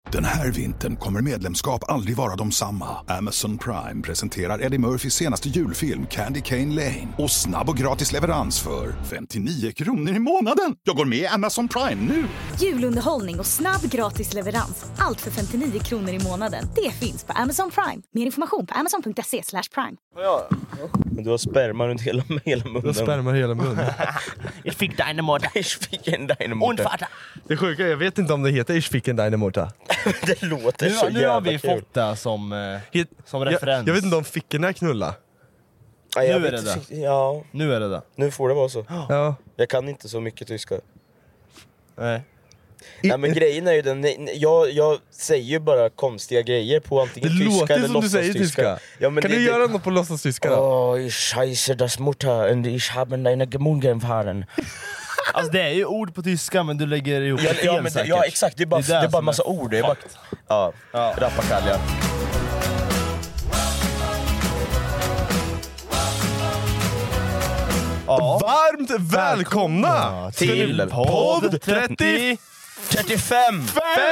Den här vintern kommer medlemskap aldrig vara de samma. Amazon Prime presenterar Eddie Murphys senaste julfilm Candy Cane Lane. Och snabb och gratis leverans för 59 kronor i månaden. Jag går med i Amazon Prime nu. Julunderhållning och snabb gratis leverans. Allt för 59 kronor i månaden. Det finns på Amazon Prime. Mer information på amazon.se/prime. Ja. Men du har sperma runt hela munnen. Du har sperma hela munnen. Ich fick deine Mutter. Ich fick deine Mutter. Det sjuka, jag vet inte om det heter Ich fick deine Mutter. Det låter så nu jävla har vi kul. fått det som referens. Jag vet inte om ficken är knulla. Ja, Nu är det det. Ja, Nu är det det. nu får det vara så. Ja. Jag kan inte så mycket tyska. Nej. Nej, men grejen är ju den, jag säger ju bara konstiga grejer på antingen Det tyska låter eller som du säger låtsastyska. tyska. Ja, men Kan du göra något på låtsastyska då? Åh, ich heiße das Mutter und ich habe deine Gemungen. Alltså det är ju ord på tyska men du lägger ihop det fel Ja, men säkert. ja, exakt, det är bara, Det är det är bara som massa är ord. Det är bara, ja, rappakalja. Ja. Varmt välkomna till podd 35! 35!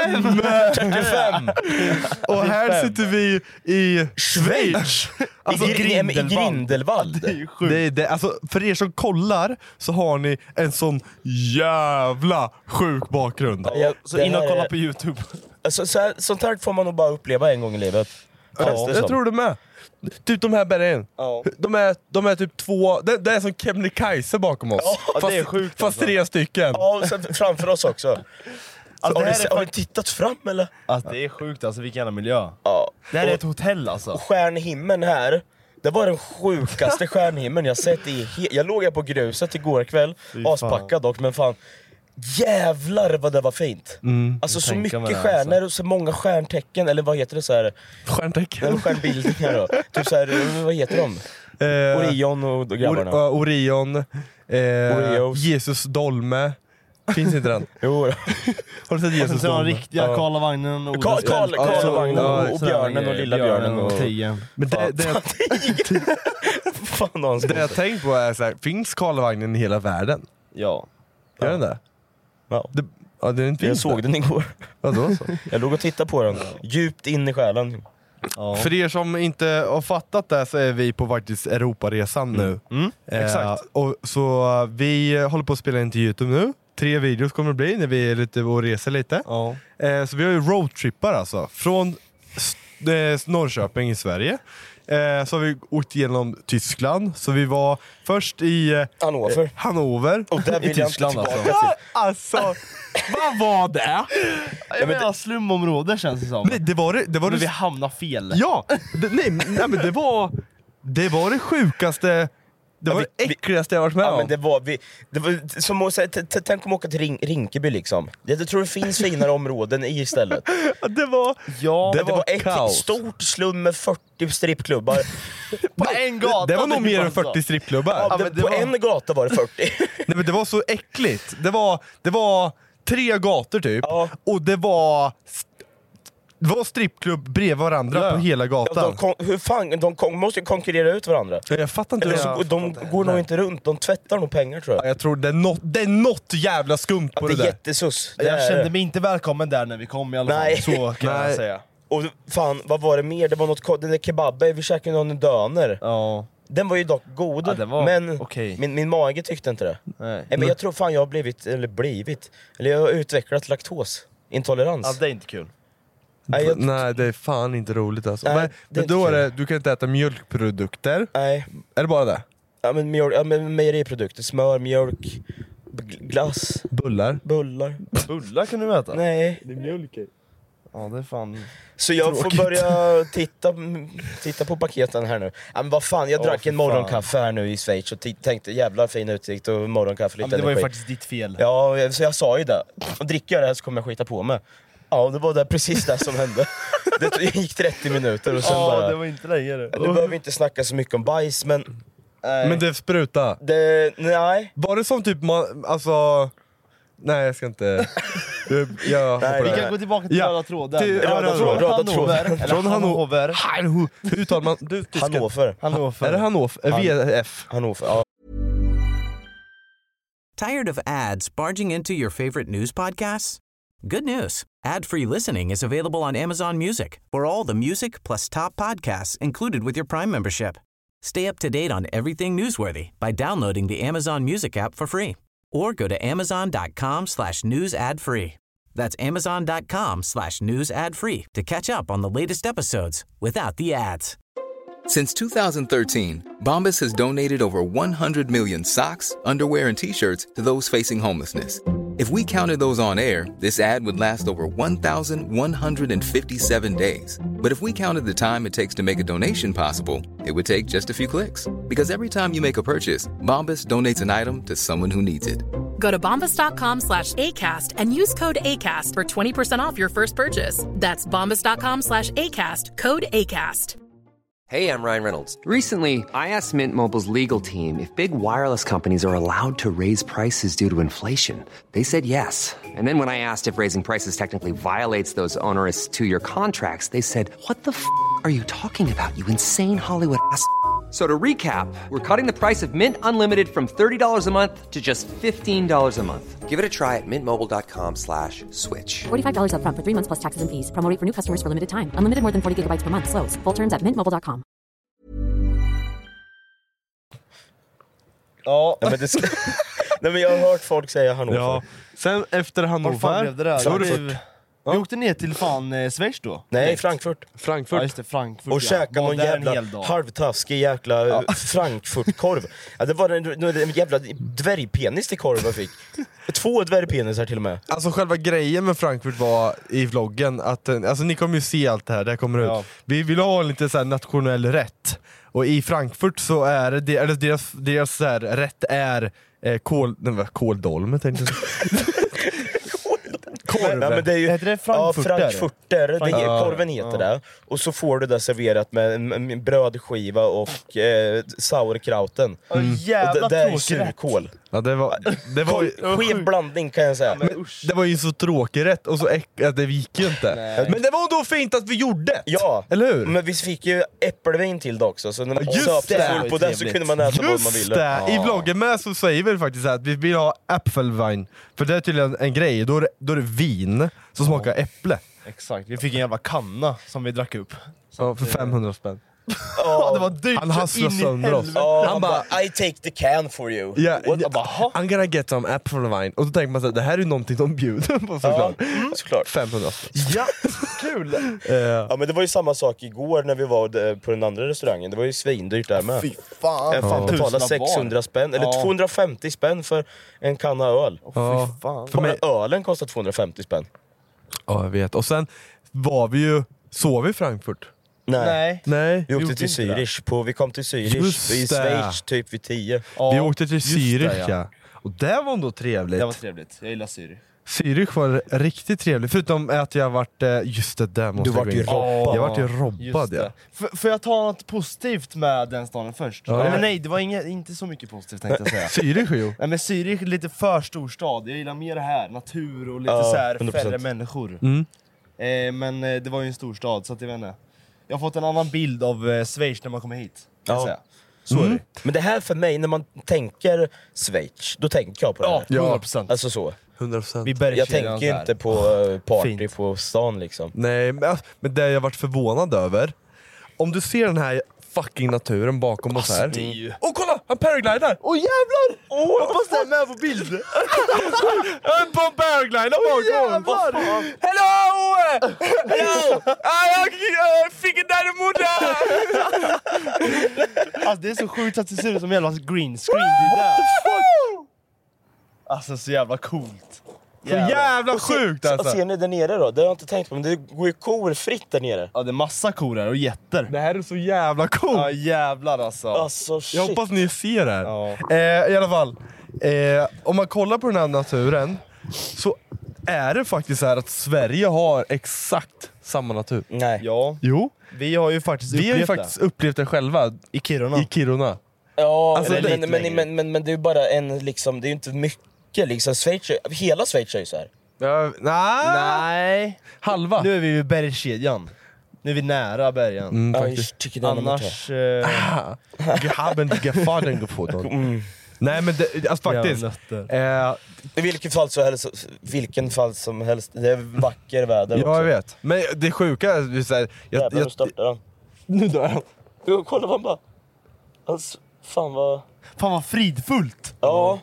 Och här sitter vi i Schweiz. Alltså, I Grindelwald. Alltså, för er som kollar så har ni en sån jävla sjuk bakgrund. Ja, Så in och här kolla är- på YouTube. Alltså, sånt här får man nog bara uppleva en gång i livet. Känns det Jag som. tror det med. Typ de här bergen. Ja. De är typ två. Det är som Kebnekaise bakom oss. Ja, det är sjukt, Fast 3 stycken. Ja, och sen framför oss också. Alltså, Har ni tittat fram eller? Alltså, det är sjukt alltså, vilken jävla miljö. Ja. Det här är ett hotell alltså. Och stjärnhimmeln här, det var den sjukaste stjärnhimmeln jag sett i jag låg här på gruset igår kväll, aspackad dock, men fan jävlar vad det var fint. Alltså så tänker mig mycket det, stjärnor och så många stjärntecken, eller vad heter det så här? Stjärntecken. Stjärnbildningar då. Typ så här, vad heter de? Orion och grabbarna. Orion. Oreos. Jesus dolme. Finns inte den? Jo. Och Har du sett sen Jesus så har de dolme? riktiga Karlavagnen och Karlavagnen och så björnen och lilla björnen och tigen. Men fan hans det jag tänkt på är så här, finns Karlavagnen i hela världen? Ja. Gör den det? Ja. Det är inte Jag finns såg det. den igår. Ja, då så. Jag låg och tittade på den, djupt in i själen. Ja. För er som inte har fattat det så är vi på faktiskt Europaresan nu. Exakt. Och så vi håller på att spela in till YouTube nu. 3 videos kommer det bli när vi är ute och reser lite. Ja. Så vi har ju roadtrippar alltså. Från Norrköping i Sverige. Så har vi åkt igenom Tyskland. Så vi var först i Hannover. Och där vill I jag Tyskland inte alltså. tillbaka till. Alltså, vad var det? Jag menar slumområde känns det som. Nej, det var Men det. vi hamnar fel. Ja, nej men det var det sjukaste. Det var det äckligaste jag varit med Ja, om. men det var som att säga, tänk om att åka till Rinkeby liksom. Jag tror det finns finare områden i istället. Det var Det var ett kaos. stort slum med 40 strippklubbar. På en gata. Det var nog typ, mer än alltså. 40 strippklubbar. Ja, men det på var- en gata var det 40. Nej, men det var så äckligt. Det var 3 gator typ. Ja. Och det var strippklubb bredvid varandra på hela gatan. Hur fan, de måste ju konkurrera ut varandra. Jag fattar inte Eller det. så, de går nog inte runt, de tvättar nog pengar tror jag. Jag tror det är något jävla skumt på Det det är där. jättesus. Jag kände mig inte välkommen där när vi kom i alla fall. Nej. Så kan jag Nej. säga. Och fan, vad var det mer? Det var något, den där kebaben, vi käkade någon döner. Ja. Den var ju dock god, Ja, den var men okej. min mage tyckte inte det. Nej. Men jag tror fan jag har jag har utvecklat laktosintolerans. Ja, det är inte kul. Nej, det är fan inte roligt alltså. Nej, det är men då inte är kul. det, du kan inte äta mjölkprodukter. Nej. Är det bara det? Ja, men mejeriprodukter, smör, mjölk, glass, Bullar. bullar. Bullar kan du äta? Nej. Det är mjölk i. Ja, det är fan... Så jag Tråkigt. får börja titta på paketen här nu. Ja, men vad fan, jag drack för en morgonkaffe här nu i Schweiz och tänkte jävla fin utsikt och morgonkaffe, Ja, lite men det var ju energi. faktiskt ditt fel. Ja, så jag sa ju det. Och dricker jag det här så kommer jag skita på mig. Ja, det var det precis det som hände. Det gick 30 minuter och sen bara... det var inte längre. Nu behöver vi inte snacka så mycket om bajs, men... Men det spruta. Nej. Var det som typ alltså... Nej, jag ska inte... jag Nej, Vi det- kan gå tillbaka till Ja, röda tråden. till röda tråden. Eller Från Hannover. Hur uttalar man? Du, tyska. Hannover. Är det Hannover? VF? Hannover, ja. Tired of ads barging into your favorite news podcasts? Good news. Ad-free listening is available on Amazon Music for all the music plus top podcasts included with your Prime membership. Stay up to date on everything newsworthy by downloading the Amazon Music app for free or go to amazon.com/news ad free. That's amazon.com/news ad free to catch up on the latest episodes without the ads. Since 2013, Bombas has donated over 100 million socks, underwear, and T-shirts to those facing homelessness. If we counted those on air, this ad would last over 1,157 days. But if we counted the time it takes to make a donation possible, it would take just a few clicks. Because every time you make a purchase, Bombas donates an item to someone who needs it. Go to bombas.com/ACAST and use code ACAST for 20% off your first purchase. That's bombas.com/ACAST, code ACAST. Hey, I'm Ryan Reynolds. Recently, I asked Mint Mobile's legal team if big wireless companies are allowed to raise prices due to inflation. They said yes. And then when I asked if raising prices technically violates those onerous two-year contracts, they said, "What the f*** are you talking about, you insane Hollywood ass?" So to recap, we're cutting the price of Mint Unlimited from $30 a month to just $15 a month. Give it a try at mintmobile.com/switch. $45 up front for 3 months plus taxes and fees. Promo rate for new customers for limited time. Unlimited more than 40 gigabytes per month. Slows full terms at mintmobile.com. Ja, men det nej, men jag har hört folk säga Hannover. Ja. Sen efter Hannover Vi åkte ner till Schweiz då? Nej, Frankfurt. Ja, just det, Frankfurt. Och käkade någon jävla halvtaskig jäkla Frankfurtkorv. Ja, det var en jävla dvärgpenis till korv jag fick. 2 dvärgpenisar till och med. Alltså själva grejen med Frankfurt var i vloggen att, alltså ni kommer ju se allt det här, det kommer ut. Vi vill ha en lite så här nationell rätt. Och i Frankfurt så är det, eller deras så här, rätt är kåldolme tänkte jag. Korv. Ja, men det är ju, heter det Frankfurter? Ja, Frankfurter. Korven heter det. Och så får du det serverat med en brödskiva och sauerkrauten. Jävla det är tråkigt. surkål. Ja, det var skev blandning kan jag säga. Det var ju så tråkigt rätt och så att det gick ju inte. Men det var då fint att vi gjorde. Ja, eller hur? Men vi fick ju äppelvin till det också. Så när man söpte full på det så kunde man äta vad man ville. I vloggen med så säger vi faktiskt att vi vill ha äppelvin. För det är tydligen en grej. Då är det vin som smakar äpple. Exakt, vi fick en jävla kanna som vi drack upp. Ja, för 500 spänn. Det var dyrt. Han hasslade sönder oss. Han bara, I take the can for you. I'm gonna get some apple wine. Och då tänker man så här, det här är ju någonting de bjuder på såklart. Såklart. 500 spänn. Ja, kul! Ja, men det var ju samma sak igår när vi var på den andra restaurangen. Det var ju svindyrt där med. Fy fan. Jag betalade 600 spänn, eller 250 spänn för en kanna öl. Fy fan. För mig ölen kostar 250 spänn. Ja, jag vet. Och sen var vi ju, sov vi i Frankfurt? Nej. Vi åkte till inte Zürich. Vi kom till Zürich i Schweiz typ vid 10. Vi åkte till Zürich, ja. Och det var ändå trevligt. Det var trevligt, jag gillar Zürich. Zürich var riktigt trevligt, förutom att jag varit, just det där måste du vart ju robbad. Jag vart ju robbad, ja. Får jag ta något positivt med den staden först? Ja. Men nej, det var inte så mycket positivt tänkte jag säga. Zürich ju. Nej, men Zürich är lite för stor stad. Jag gillar mer det här, natur och lite så här 100%. färre människor. Men det var ju en stor stad, så att jag vet inte. Jag har fått en annan bild av Schweiz när man kommer hit. Så är det. Men det här för mig, när man tänker Schweiz, då tänker jag på det här. Ja, 100%. Alltså så. 100%. Jag tänker ju inte på party på stan liksom. Nej, men det jag varit förvånad över, om du ser den här fucking naturen bakom oss här. Åh, kolla! Han paraglider! Åh, jävlar! Jag hoppas det är med på bild. På en paraglider bakom! Hello! Hello! Jag fick en däremot! Alltså det är så sjukt att det ser ut som en jävla green screen. Det där. Alltså så jävla coolt. Så jävla sjukt alltså. Ser ni där nere då? Det har jag inte tänkt på, men det går ju kor fritt där nere. Ja, det är massa kor här och getter. Det här är så jävla coolt. Ja, jävlar alltså. Alltså shit. Jag hoppas ni ser det här. I alla fall, om man kollar på den här naturen så är det faktiskt så här att Sverige har exakt samma natur. Nej. Ja. Jo. Vi har ju faktiskt upplevt det själva i Kiruna. Ja, alltså, men det är ju bara en liksom, det är ju inte mycket liksom. Hela Schweiz är ju så här. Nej. Halva. Nu är vi vid bergskedjan. Nu är vi nära bergen. Jag tycker det annars... Wir haben die Gefahren gefunden. Nej men det, alltså faktiskt. I vilken fall som helst, det är vacker väder också. Ja, jag vet. Men det sjuka är så här, jävlar, nu startar han. Nu dör han. Kolla vad han bara... Alltså, fan vad fridfullt. Ja.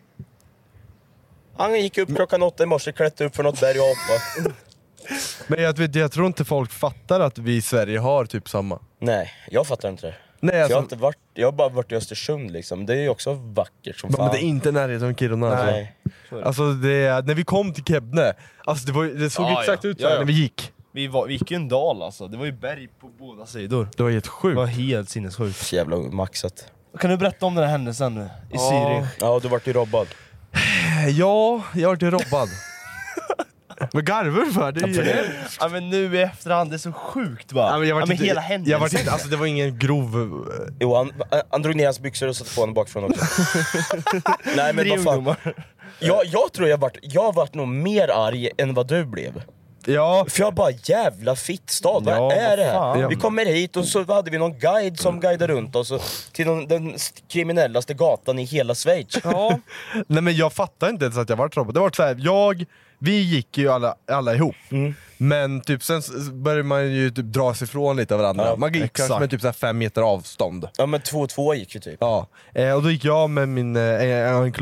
Han gick upp klockan 8 i morse, klättrade upp för något berg och hoppade. Men jag tror inte folk fattar att vi i Sverige har typ samma. Nej, jag fattar inte det. Nej, alltså... jag har bara varit i Östersund liksom. Det är ju också vackert som fan. Men det är inte närheten av Kiruna. Nej. Alltså när vi kom till Kebne, alltså det såg exakt ut så här när vi gick. Vi gick ju en dal alltså, det var ju berg på båda sidor. Det var helt sjukt. Det var helt sinnessjukt. Så jävla maxat. Kan du berätta om den här händelsen nu? I Syrien? Ja, du vart ju robbad. Ja, jag vart ju robbad. Vad garvar du för? Ja, men nu i efterhand, det är så sjukt va? Ja, men jag var hela händelsen. Jag var inte, alltså det var ingen grov... Jo, han drog ner hans byxor och satte på honom bakifrån också. Nej men vad fan. Jag tror jag har varit nog mer arg än vad du blev. Ja. För jag bara, jävla fittstad, vad är det här? Ja. Vi kommer hit och så hade vi någon guide som guidade runt oss till den kriminellaste gatan i hela Schweiz. Ja. Nej men jag fattar inte ens att jag var robbad. Det var så här, vi gick ju alla ihop. Men typ sen började man ju typ dra sig ifrån lite av varandra. Ja, man gick kanske med typ så här 5 meter avstånd. Ja men 2-2 gick ju typ. Ja, och då gick jag med min en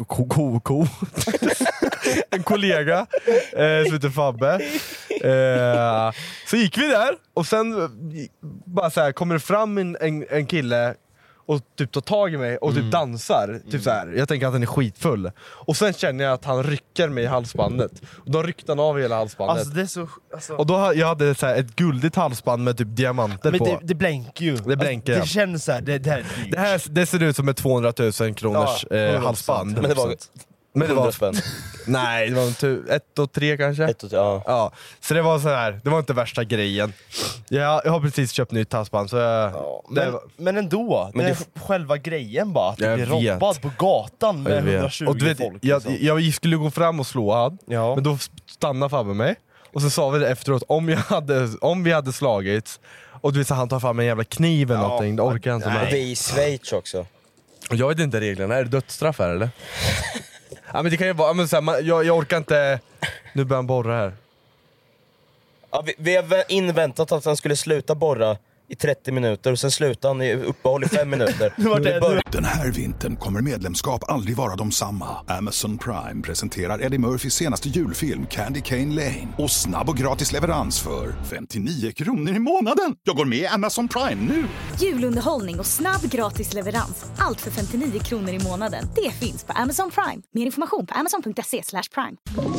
kollega som heter Fabbe. Så gick vi där och sen bara så här kommer det fram en kille och typ tar tag i mig och typ dansar typ så här. Jag tänker att han är skitfull. Och sen känner jag att han rycker mig i halsbandet. Och då ryckte han av hela halsbandet. Alltså det är så... Alltså... Och då jag hade så här ett guldigt halsband med typ diamanter men på. Det blänker ju. Det blänker. Alltså, det känns så här, det ser ut som ett 200 000 kronors halsband. Men det var... Men det var spänn. Nej, det var 1 och 3 kanske. 1 och 3, ja. Så det var så här, det var inte värsta grejen. Jag har precis köpt nytt halsband så men ändå, men det är själva grejen bara att du blir robbad på gatan med 120 och du vet, folk. jag skulle gå fram och slå han, men då stannade Fabbe mig. Och så sa vi det efteråt, om vi hade slagits och du vet så han tar fram en jävla kniv eller någonting, det orkar jag inte med. Vi är i Schweiz också. Och jag vet inte reglerna, är det dödsstraff här eller? Ja men det kan ju vara, men så här, jag orkar inte. Nu börjar han borra här. Ja, vi har inväntat att han skulle sluta borra i 30 minuter och sen slutade han i uppehåll i 5 minuter. Den här vintern kommer medlemskap aldrig vara de samma. Amazon Prime presenterar Eddie Murphys senaste julfilm Candy Cane Lane. Och snabb och gratis leverans för 59 kronor i månaden. Jag går med i Amazon Prime nu. Julunderhållning och snabb gratis leverans. Allt för 59 kronor i månaden. Det finns på Amazon Prime. Mer information på amazon.se/prime.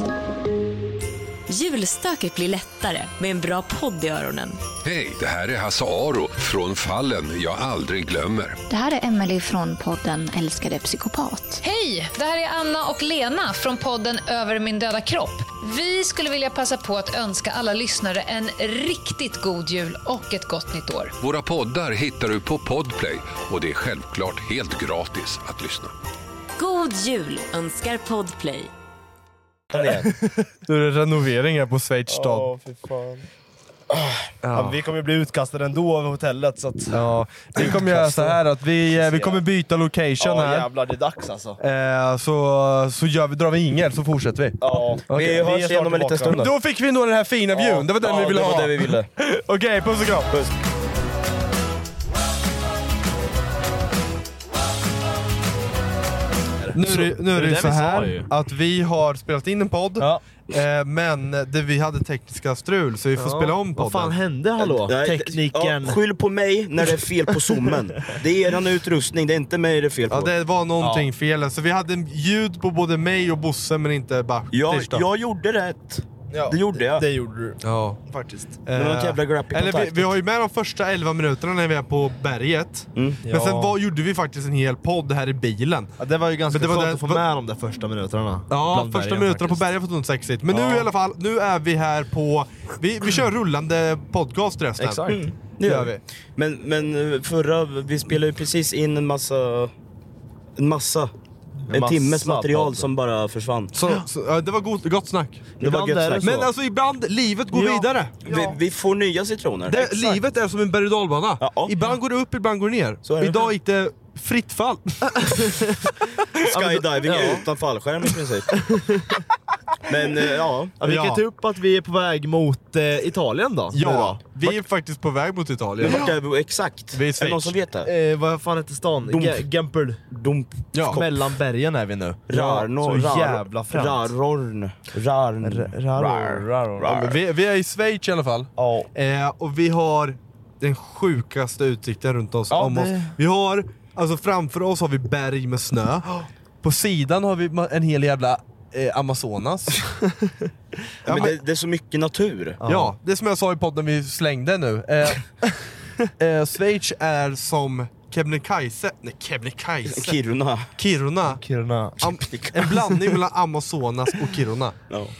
Julstöket blir lättare med en bra podd i öronen. Hej, det här är Hasse Aro från Fallen jag aldrig glömmer. Det här är Emily från podden Älskade psykopat. Hej, det här är Anna och Lena från podden Över min döda kropp. Vi skulle vilja passa på att önska alla lyssnare en riktigt god jul och ett gott nytt år. Våra poddar hittar du på Podplay och det är självklart helt gratis att lyssna. God jul önskar Podplay. Nu är det renoveringar på Schweiz stad. Åh, fy fan. Ja, vi kommer bli utkastade ändå av hotellet så att... Ja, vi kommer göra så här att vi kommer byta location här. Ja jävlar, det är dags alltså. Drar vi ingen så fortsätter vi. Ja, vi hörs igen om en liten stund. Då fick vi nog den här fina viewn, det var den vi ville ha. Det var det vi ville. Okej, puss och kram. Puss. Nu är det så här att vi har spelat in en podd, men vi hade tekniska strul så vi får spela om podden. Vad fan hände, hallå? Tekniken. Ja, skyll på mig när det är fel på zoomen. Det är eran utrustning, det är inte mig det är fel på. Ja, det var någonting fel. Så vi hade ljud på både mig och Bosse men inte Bach. Jag gjorde rätt. Det gjorde jag. Det gjorde du. Ja, faktiskt. Vi har ju med de första 11 minuterna när vi är på berget. Men sen gjorde vi faktiskt en hel podd här i bilen. Ja, det var ju ganska skönt att få med de där första minuterna. Ja, första minuterna på berget var sexigt. Men nu i alla fall, nu är vi här på... Vi kör rullande podcast resten. Exakt. Det gör vi. Men vi spelade ju precis in en timmes material som bara försvann. Det var gott snack. Det var gott snack. Men alltså ibland, livet går vidare. Vi får nya citroner. Livet är som en berg- och dalbana. Ibland går det upp, ibland går det ner. Idag gick det fritt fall. Skydiving utan fallskärm i princip. Men vi kan ta upp att vi är på väg mot Italien då. Ja, vi är faktiskt på väg mot Italien. Exakt. Vi är i Är det någon Schweiz. som vet det? Vad fan heter stan? Gempel. Ja. Mellan bergen är vi nu. Så jävla fränt. Rarorn. Vi är i Schweiz i alla fall. Och vi har den sjukaste utsikten runt oss. Om oss. Vi har, alltså framför oss har vi berg med snö. På sidan har vi en hel jävla Amazonas. Men det är så mycket natur. Ja, det är som jag sa i podden vi slängde nu. Schweiz är som Kebnekaise. Nej, Kebnekaise. Kiruna. En blandning mellan Amazonas och Kiruna.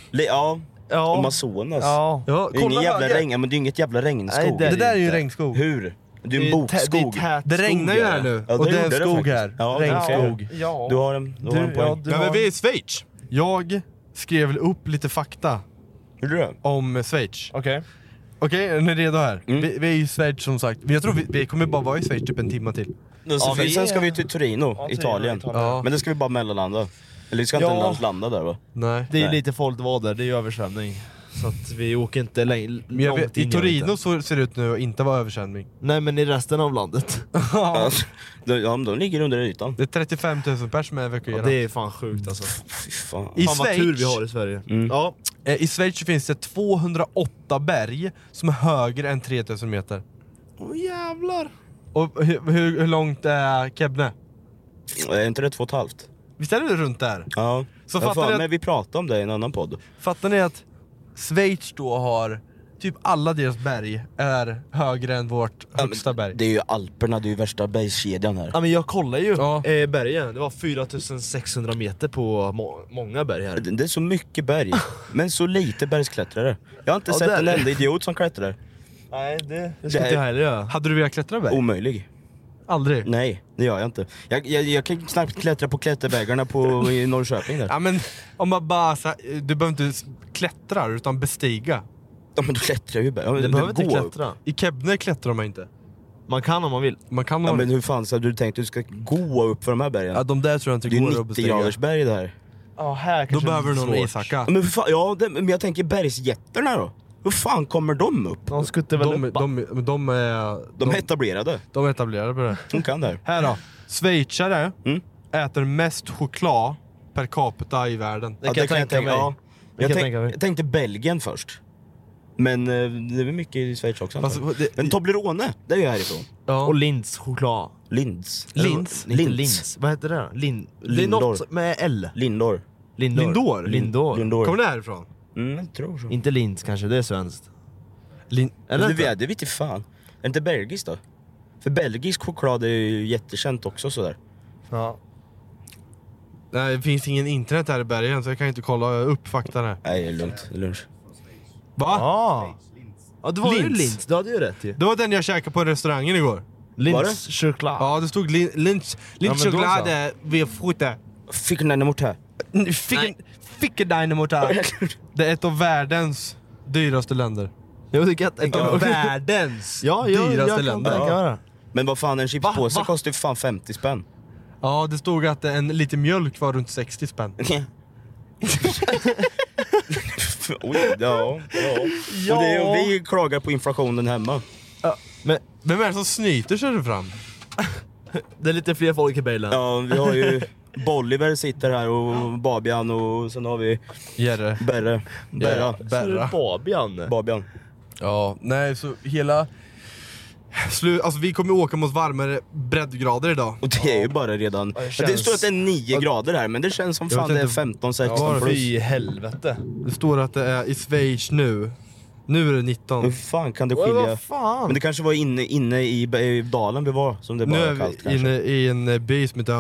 Amazonas. Det är ingen jävla regn, men det är inget jävla regnskog. Det där är ju regnskog. Hur? Det är en bokskog. Det regnar ju här nu. Och det är en skog här. Regnskog. Du har en poäng. Men vi är i Schweiz. Jag skrev väl upp lite fakta om Schweiz. Okej, är ni redo här? Vi är i Schweiz som sagt. Jag tror vi kommer bara vara i Schweiz typ en timme till. Sen ska vi till Turino, Italien. Men det ska vi bara mellanlanda. Eller vi ska inte ens landa där, va? Nej. Det är lite folk var där, det är översvämning. Så att vi åker inte långt in. I Torino så ser det ut nu att inte vara översvämning. Nej, men i resten av landet. De ligger under ytan. Det är 35 000 pers med evakuerat. Det är fan sjukt alltså. Fan. I Schweiz, vad tur vi har i Sverige. I Schweiz finns det 208 berg som är högre än 3000 meter. Jävlar. Och hur långt är Kebne? Är inte det 2,5? Visst är det runt där? Ja. Så fattar ni men vi pratade om det i en annan podd. Fattar ni att Schweiz då har typ alla deras berg är högre än vårt högsta berg? Det är ju Alperna, det är ju värsta bergskedjan här. Ja, men jag kollar ju bergen. Det var 4600 meter på många berg här. Det är så mycket berg, men så lite bergsklättrare. Jag har inte sett en enda idiot som klättrar. Nej, det ska inte jag heller göra. Hade du velat klättra berg? Omöjlig. Aldrig? Nej, det gör jag inte. Jag kan snabbt klättra på klättervägarna i Norrköping där. Ja, men om man bara du behöver inte klättra utan bestiga. Ja, men du klättrar ju berg. Du behöver inte klättra. I Kebne klättrar man inte. Man kan om man vill. Men hur fan så hade du tänkt att du ska gå upp för de här bergen? Ja, de där tror jag inte går att bestiga. Det är 90 gradersberg där. Ja, här då behöver du någon ishacka. Men för fan, men jag tänker bergsjätterna då. Hur fan kommer de upp? De skuttar väl upp. De är etablerade. De är etablerade på det. De kan där. Här då. Schweizare äter mest choklad per capita i världen. Det kan jag tänka mig. Ja. Jag tänkte Belgien först. Men det är väl mycket i Schweiz också. Alltså, men Toblerone, det är ju härifrån. Ja. Och Linds choklad. Linds. Vad heter det? Det är något med L. Lindor. Kommer det härifrån? Jag tror så. Inte Linds kanske, det är svenskt. Det vet inte fan. Är inte belgiskt då? För belgisk choklad är ju jättekänt också sådär. Ja. Nej, det finns ingen internet här i bergen så jag kan inte kolla upp fakta här. Nej, det är lugnt. Det är lunch. Va? Ja, det var ju Linds, du hade ju rätt ju. Det var den jag käkade på restauranger igår. Linds choklad. Ja, det stod Linds choklad vid fruta. Fick den emot här. Fick den emot här. Det är ett av världens dyraste länder. Jo, det kan tänka mig. Världens dyraste länder. Ja. Men vad fan, en chipspåse kostar ju fan 50 spänn. Ja, det stod att en liter mjölk var runt 60 spänn. Ja. Och vi klagar på inflationen hemma. Ja. Men vem är det som snyter sig fram? Det är lite fler folk i bilen. Ja, vi har ju Bolliver sitter här och Babian och sen har vi Jerre. Berra. Babian. Ja, nej så hela alltså vi kommer åka mot varmare breddgrader idag. Och det är ju bara redan det står att det är 9 grader här, men det känns som fan det är 15-16 plus. Fy helvete. Det står att det är i Schweiz nu. Nu är det 19. Hur fan kan det skilja? Men det kanske var inne i dalen vi var som det bara var kallt kanske. Nu är vi inne i en by som heter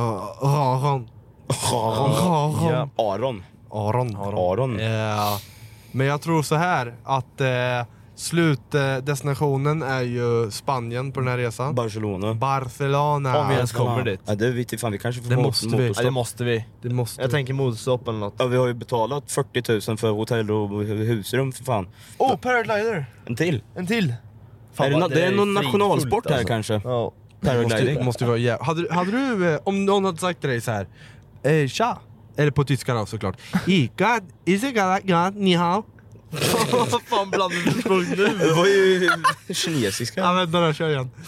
Aron. Ja. Men jag tror så här att slutdestinationen är ju Spanien på den här resan. Barcelona. Om vi ens kommer dit. Ja, det vet vi fan, vi kanske får det måste vi. Jag tänker motorstopp eller något. Ja, vi har ju betalat 40 000 för hotell och husrum för fan. Paraglider. En till. Fan, det är någon nationalsport här kanske. Ja. Måste vara hade du om någon hade sagt till dig så här, tja, eller på tyska då såklart. Ika, isika, ni hao. Vad fan blandade du på nu? Det var ju kinesiska. Ja, vänta då, kör igen.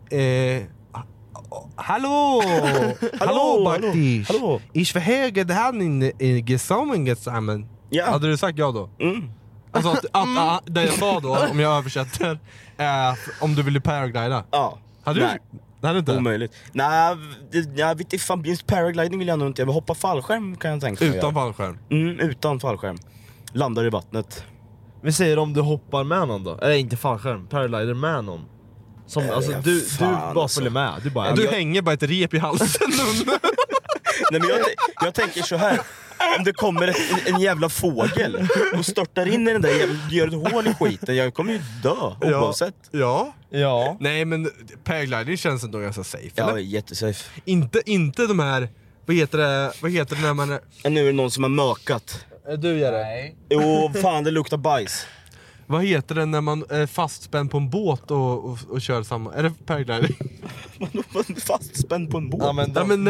Hallå, Bakti. Hallå. Ich verhege det här in gesammen. Ja. Hade du sagt ja då? Alltså att det jag sa då, om jag översätter, om du ville paraglida. Ja. Hade du? Det hade inte. Omöjligt. Nej, jag vet inte fan, just paragliding vill jag nog inte. Jag vill hoppa fallskärm kan jag tänka mig. Utan fallskärm? Utan fallskärm. Landar i vattnet. Vi säger om du hoppar med någon då. Eller inte fallskärm, paraglider med någon. Som, alltså du bara följer med. Du hänger bara ett rep i halsen. Nej, men jag tänker så här. Om det kommer en jävla fågel och störtar in i den där jävla, gör ett hål i skiten, jag kommer ju dö oavsett. Ja. Nej, men paragliding känns ändå ganska safe. Ja, eller? jättesafe. Inte de här, vad heter det när man Nu är det någon som har mökat. Du gör det? Nej. Jo, fan det luktar bajs. Vad heter det när man är fastspänd på en båt och kör samma? Är det paragliding? Fastspänd på en båt? Ja, men båten.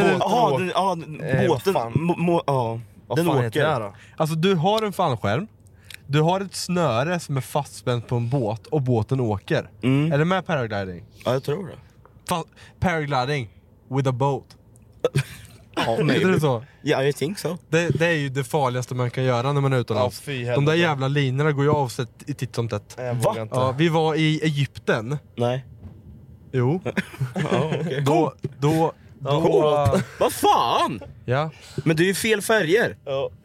Den fan åker. heter det då? Alltså du har en fallskärm. Du har ett snöre som är fastspänt på en båt och båten åker. Är det med paragliding? Ja, jag tror det. Paragliding with a boat. Ja, är det så? Ja, jag think so. Det är ju det farligaste man kan göra när man är utomlands. De där jävla linorna går ju av sig i titt som tätt. Va? Ja, vi var i Egypten. Nej. Jo. Okay. Då vad fan? Ja. Men det är ju fel färger.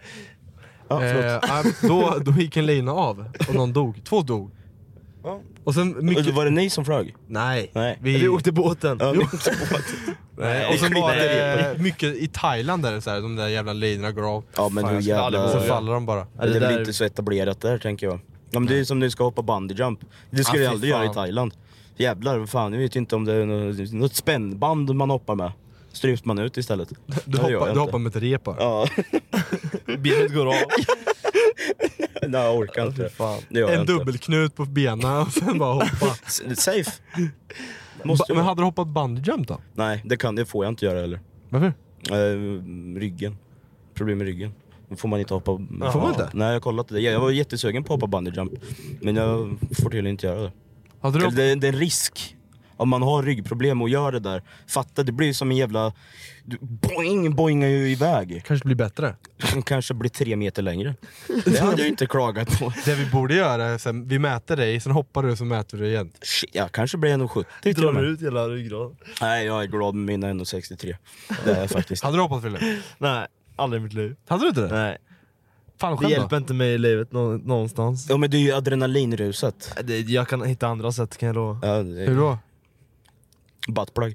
Då gick en lina av och någon dog. 2 dog. Och sen mycket... Var det ni som flög? Nej. Vi åkte båten. Ja, Nej. Och sen var det mycket i Thailand där, så här, de där jävla linorna går av. Ja, men hur jävla... Så faller de bara. Det är väl inte så etablerat där, tänker jag. Ja, men det är som du ska hoppa bungee jump. Det ska du aldrig göra i Thailand. Jävlar, vad fan, jag vet inte om det är något spännband man hoppar med. Strypt man ut istället. Du hoppar med ett rep. Ja. Benet går av. Nej, jag orkar inte. Fan. En dubbelknut på benen och sen bara hoppa. Safe. Men hade du hoppat bungee jump då? Nej, det får jag inte göra heller. Varför? Ryggen. Problem med ryggen. Då får man inte hoppa. Får man inte? Nej, jag har kollat det. Jag var jättesugen på att hoppa bungee jump. Men jag får till inte göra det. Det är en risk. Om man har ryggproblem och gör det där. Fatta, det blir som en jävla... boingar ju iväg. Kanske blir bättre. Kanske blir 3 meter längre. Det hade jag inte klagat på. Det vi borde göra är sen, vi mäter dig, sen hoppar du och så mäter du igen. Shit, jag kanske blir 1,70. Drar du ut hela ryggrad? Nej, jag är glad med mina 1,63. Det är faktiskt. Hade du hoppat, Fille? Nej, aldrig i mitt liv. Hade du inte det? Nej. Fallskärm det hjälper inte mig i livet någonstans. Ja, men det är ju adrenalinruset. Jag kan hitta andra sätt, kan jag då. Ja, hur då? Buttplug.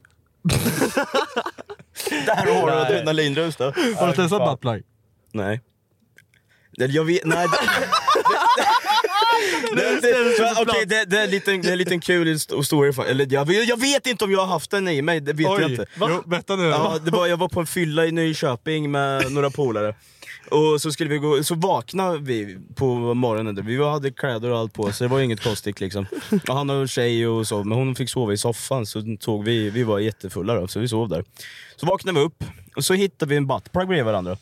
Där har du adrenalinrus då. Har du testat buttplug? Nej. Jag vet... Nej. Okej, det är en liten kul story. Eller jag vet inte om jag har haft den i mig. Det vet jag inte. Jo, berätta nu. Ja, jag var på en fylla i Nyköping med några polare. Och så skulle vi gå, så vaknade vi på morgonen. Vi hade kläder och allt på, så det var inget konstigt liksom. Och han har en tjej och så, men hon fick sova i soffan. Så tog vi var jättefulla då, så vi sov där. Så vaknade vi upp och så hittade vi en buttplug bredvid varandra.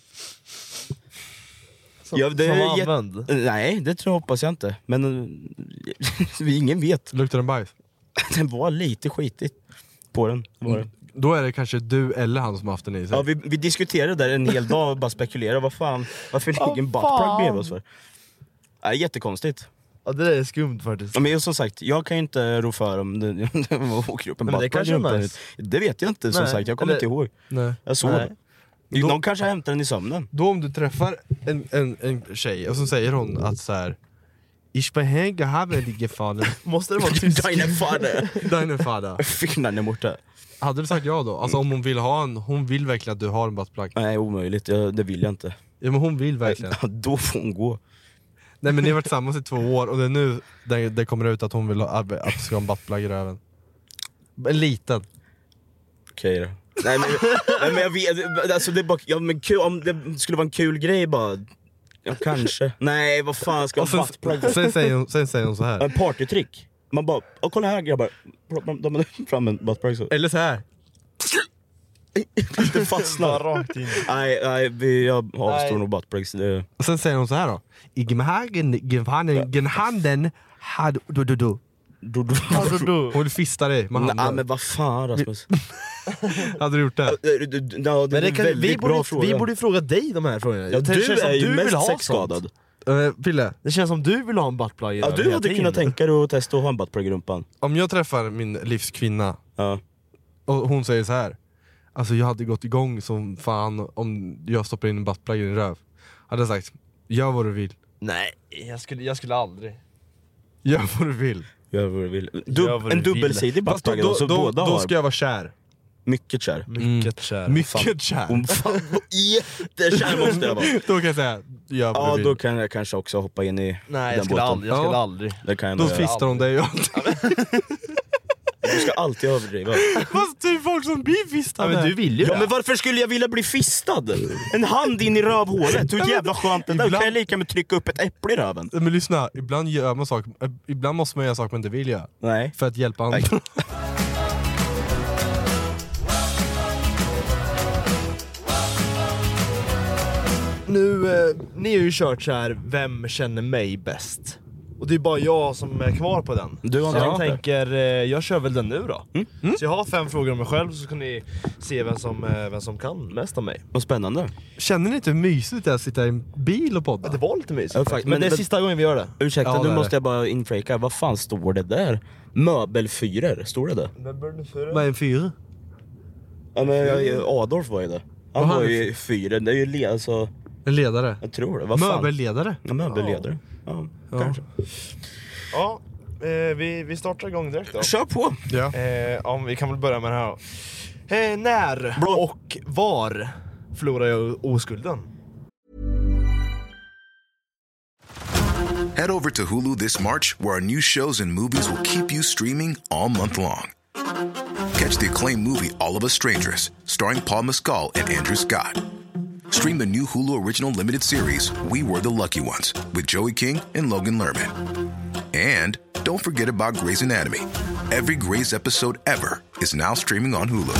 Som använd? Nej, det hoppas jag inte. Men ingen vet. Luktar den bajs? Den var lite skitigt på den. Då är det kanske du eller han som har haft den i sig. Ja, vi diskuterade där en hel dag och bara spekulerade. Varför ligger en buttplug bredvid oss för? Det är jättekonstigt. Ja, det där är skumt faktiskt. Ja, men som sagt, jag kan ju inte rå för om det åker upp en buttplug. Nice. Det vet jag inte, som sagt. Jag kommer inte ihåg. Nej. Jag såg det. De kanske hämtar den i sömnen. Då om du träffar en tjej och så säger hon att så här: Ich behänge habe die Gefahren. Måste det vara tysk? Deine Vater. Fingrarna borta. Hade du sagt ja då? Alltså om hon vill ha hon vill verkligen att du har en buttplug. Nej, omöjligt. Det vill jag inte. Ja, men hon vill verkligen. Då får hon gå. Nej, men ni har varit tillsammans i 2 år och det är nu det kommer ut att hon vill att du ska ha en buttplug i röven. En liten. Okej då. Nej, men jag vet, alltså det är bara, ja, men kul, om det skulle vara en kul grej bara. Ja, kanske. Nej, vad fan ska en buttplug? Sen säger hon så här. En partytrick. Man bara, kolla här grabbar. De är fram en buttplug så. Eller så här. Inte fastnar. Rakt in. Nej, jag avstår nog buttplugs. Och sen säger hon så här då. Handen hade du. Hon vill fista dig med handen. Nej men vad fan Rasmus. Hade du gjort det? Ja, det är väldigt bra fråga. Vi borde fråga dig de här frågorna. Ja, du är ju mest sexskadad. Pille. Det känns som du vill ha en buttplug. Ja, du hade kunnat tänka dig att testa att ha en buttplug i rumpan. Om jag träffar min livskvinna och hon säger så här. Alltså jag hade gått igång som fan om jag stoppar in en buttplug i din röv. Hade jag sagt, gör vad du vill. Nej, jag skulle aldrig. Gör vad du vill. Gör vad du vill. En dubbelsidig buttplug så båda då ska jag vara kär. Mycket kär. Mycket kär. Mycket kär. Jättekär måste jag vara. Då kan jag säga, gör vad du vill. Då kan jag kanske också hoppa in i jag skulle aldrig. Det kan jag då fistar hon dig. Du ska alltid överdriva. Fast det är folk som blir fistade. Men du vill ju men varför skulle jag vilja bli fistad? En hand in i rövhålet. Hur jävla skönt det där. Kan jag lika med trycka upp ett äpple i röven? Men lyssna, ibland gör man saker. Ibland måste man göra saker man inte vill göra. Nej. För att hjälpa andra. Nu, ni har ju kört så här, vem känner mig bäst? Och det är bara jag som är kvar på den. Jag tänker, jag kör väl den nu då. Så jag har 5 frågor om mig själv, så kan ni se vem som kan mest om mig. Vad spännande. Känner ni inte hur mysigt det är att sitta i en bil och podda? Det var lite mysigt. Ja, men det är sista gången vi gör det. Ursäkta, nu måste jag bara infraka. Vad fan står det där? Möbelfyrer, står det där? Vad är en fyr? Ja men Adolf var ju det. Han var ju fyren, det är ju alltså... En ledare? Jag tror det. Vad fan? Möbelledare? Ja, möbelledare. Ja, kanske. Ja, vi startar igång direkt då. Kör på! Ja. Vi kan väl börja med det här då. När och var förlorar jag oskulden? Head over to Hulu this March, where our new shows and movies will keep you streaming all month long. Catch the acclaimed movie All of Us Strangers, starring Paul Mescal and Andrew Scott. Stream the new Hulu original limited series We Were the Lucky Ones with Joey King and Logan Lerman. And don't forget about Grey's Anatomy. Every Grey's episode ever is now streaming on Hulu.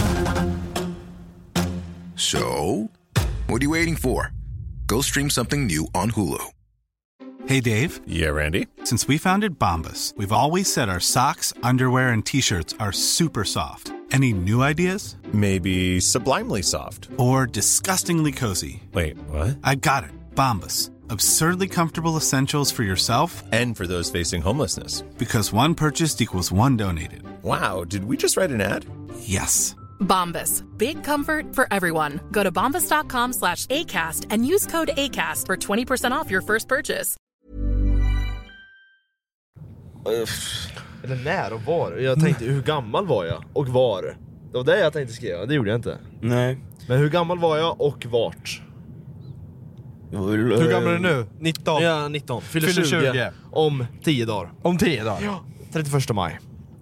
So, what are you waiting for? Go stream something new on Hulu. Hey, Dave. Yeah, Randy. Since we founded Bombas, we've always said our socks, underwear, and T-shirts are super soft. Any new ideas? Maybe sublimely soft. Or disgustingly cozy. Wait, what? I got it. Bombas. Absurdly comfortable essentials for yourself and for those facing homelessness. Because one purchased equals one donated. Wow, did we just write an ad? Yes. Bombas. Big comfort for everyone. Go to bombas.com/ACAST and use code ACAST for 20% off your first purchase. Eller när och var. Jag tänkte, hur gammal var jag och var? Det var det jag tänkte skriva, det gjorde jag inte. Nej. Men hur gammal var jag och vart? Hur gammal är du nu? 19? Ja, 19. Fyller 20. Om 10 dagar. Om 10 dagar? Ja, 31 maj.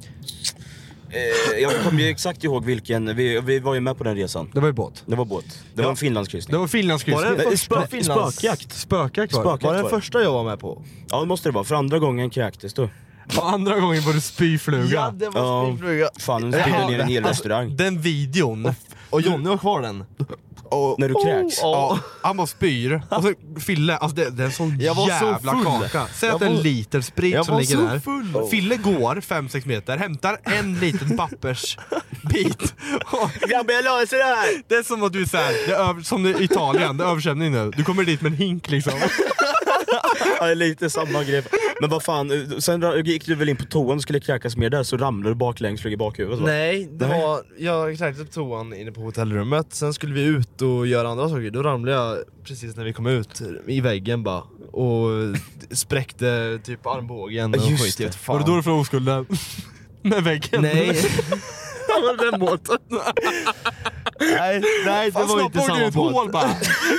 Jag kommer ju exakt ihåg vilken, vi var ju med på den resan. Det var ju båt. Det var båt. Det var en finlandskryssning. Det var finlandskryssning. Var det den första Spökjakt. Spökjakt var det den första jag var med på? Ja, det måste det vara. För andra gången kräktes du. Och andra gången var det spyfluga. Ja, det var spyfluga. Fan, den spydde ner en hel restaurang. Den videon. Och Johnny har kvar den. Och när du kräks. Ja, han bara spyr. Och så Fille, alltså det är en sån jävla kaka. Säg att det är en liter sprit som ligger där. Full. Fille går 5-6 meter, hämtar en liten pappersbit. Grabbar, jag löser det här! Det är som att du är såhär, som i Italien, det är översvämning nu. Du kommer dit med en hink liksom. Ja, det är lite samma grej. Men vad fan, sen gick du väl in på toan och skulle kräkas mer där, så ramlade du baklängs, flög i bakhuvudet. Nej, det var, jag kräktes på toan inne på hotellrummet. Sen skulle vi ut och göra andra saker. Då ramlade jag precis när vi kom ut i väggen bara. Och spräckte typ armbågen och skit. Var det då du får oskulden? Med väggen? Nej. Den båten. Nej, det var inte samma båt. Hål bara.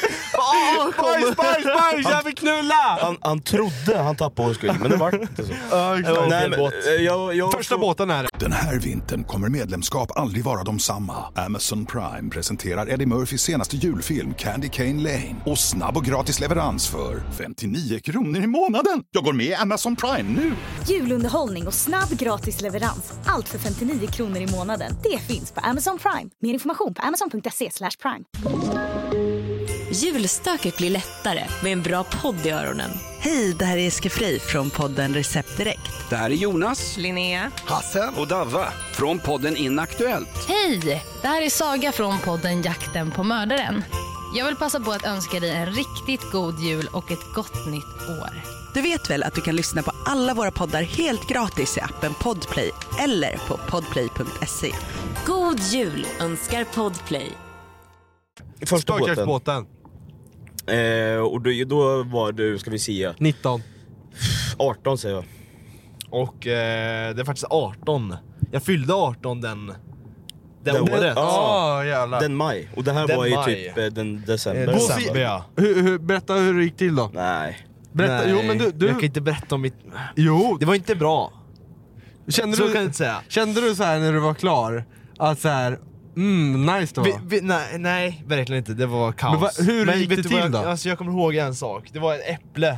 Bajs, jag vill knulla! Han trodde han tappade oskulden, men det var inte så. Nej, men, första båten är det. Den här vintern kommer medlemskap aldrig vara de samma. Amazon Prime presenterar Eddie Murphys senaste julfilm Candy Cane Lane. Och snabb och gratis leverans för 59 kronor i månaden. Jag går med i Amazon Prime nu. Julunderhållning och snabb gratis leverans. Allt för 59 kronor i månaden. Det finns på Amazon Prime. Mer information på amazon.se/prime. Julstöket blir lättare med en bra podd i öronen. Hej, det här är Eske Fri från podden Recept Direkt. Det här är Jonas, Linnea, Hasse och Davva från podden Inaktuellt. Hej, det här är Saga från podden Jakten på mördaren. Jag vill passa på att önska dig en riktigt god jul och ett gott nytt år. Du vet väl att du kan lyssna på alla våra poddar helt gratis i appen Podplay eller på podplay.se. God jul önskar Podplay. Första båten. Och då var du, ska vi se, 19. 18 säger jag. Och det är faktiskt 18. Jag fyllde 18 den året. Jävlar. Den maj. Och det här Den var ju maj. typ den december. December, ja. Berätta hur det gick till då. Nej. Berätta, Nej, jo, men du... Jag kan inte berätta om mitt... Jo. Det var inte bra. Kände så du, kan jag inte säga. Kände du så här när du var klar? Att så här, nice då? Nej, verkligen inte. Det var kaos. Men hur gick det till då? Alltså, jag kommer ihåg en sak. Det var ett äpple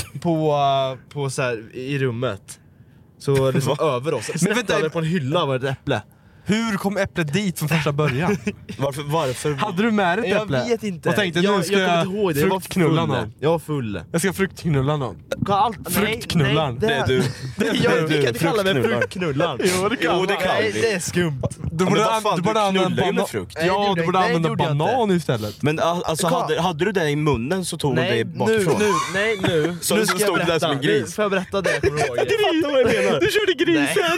på så här, i rummet. Så det var över oss. Men vänta, på en hylla var det ett äpple. Hur kom äpplet dit från första början? Varför? Hade du med ett äpple? Jag vet inte. Och tänkte nu ska jag fruktknulla någon. Jag var full. Jag ska fruktknulla någon. Fruktknullaren. Det är du. Jag kan inte kalla mig fruktknullaren. Jo, det kan Nej, det är skumt. Du borde använda banan. frukt. Ja, du borde använda banan istället. Men alltså hade du det i munnen så tog de det bakifrån. Nu så ska stod jag det där som en berätta. gris. Får jag berätta det? Jag kommer ihåg. Du fattar vad jag menar. Du körde grisen.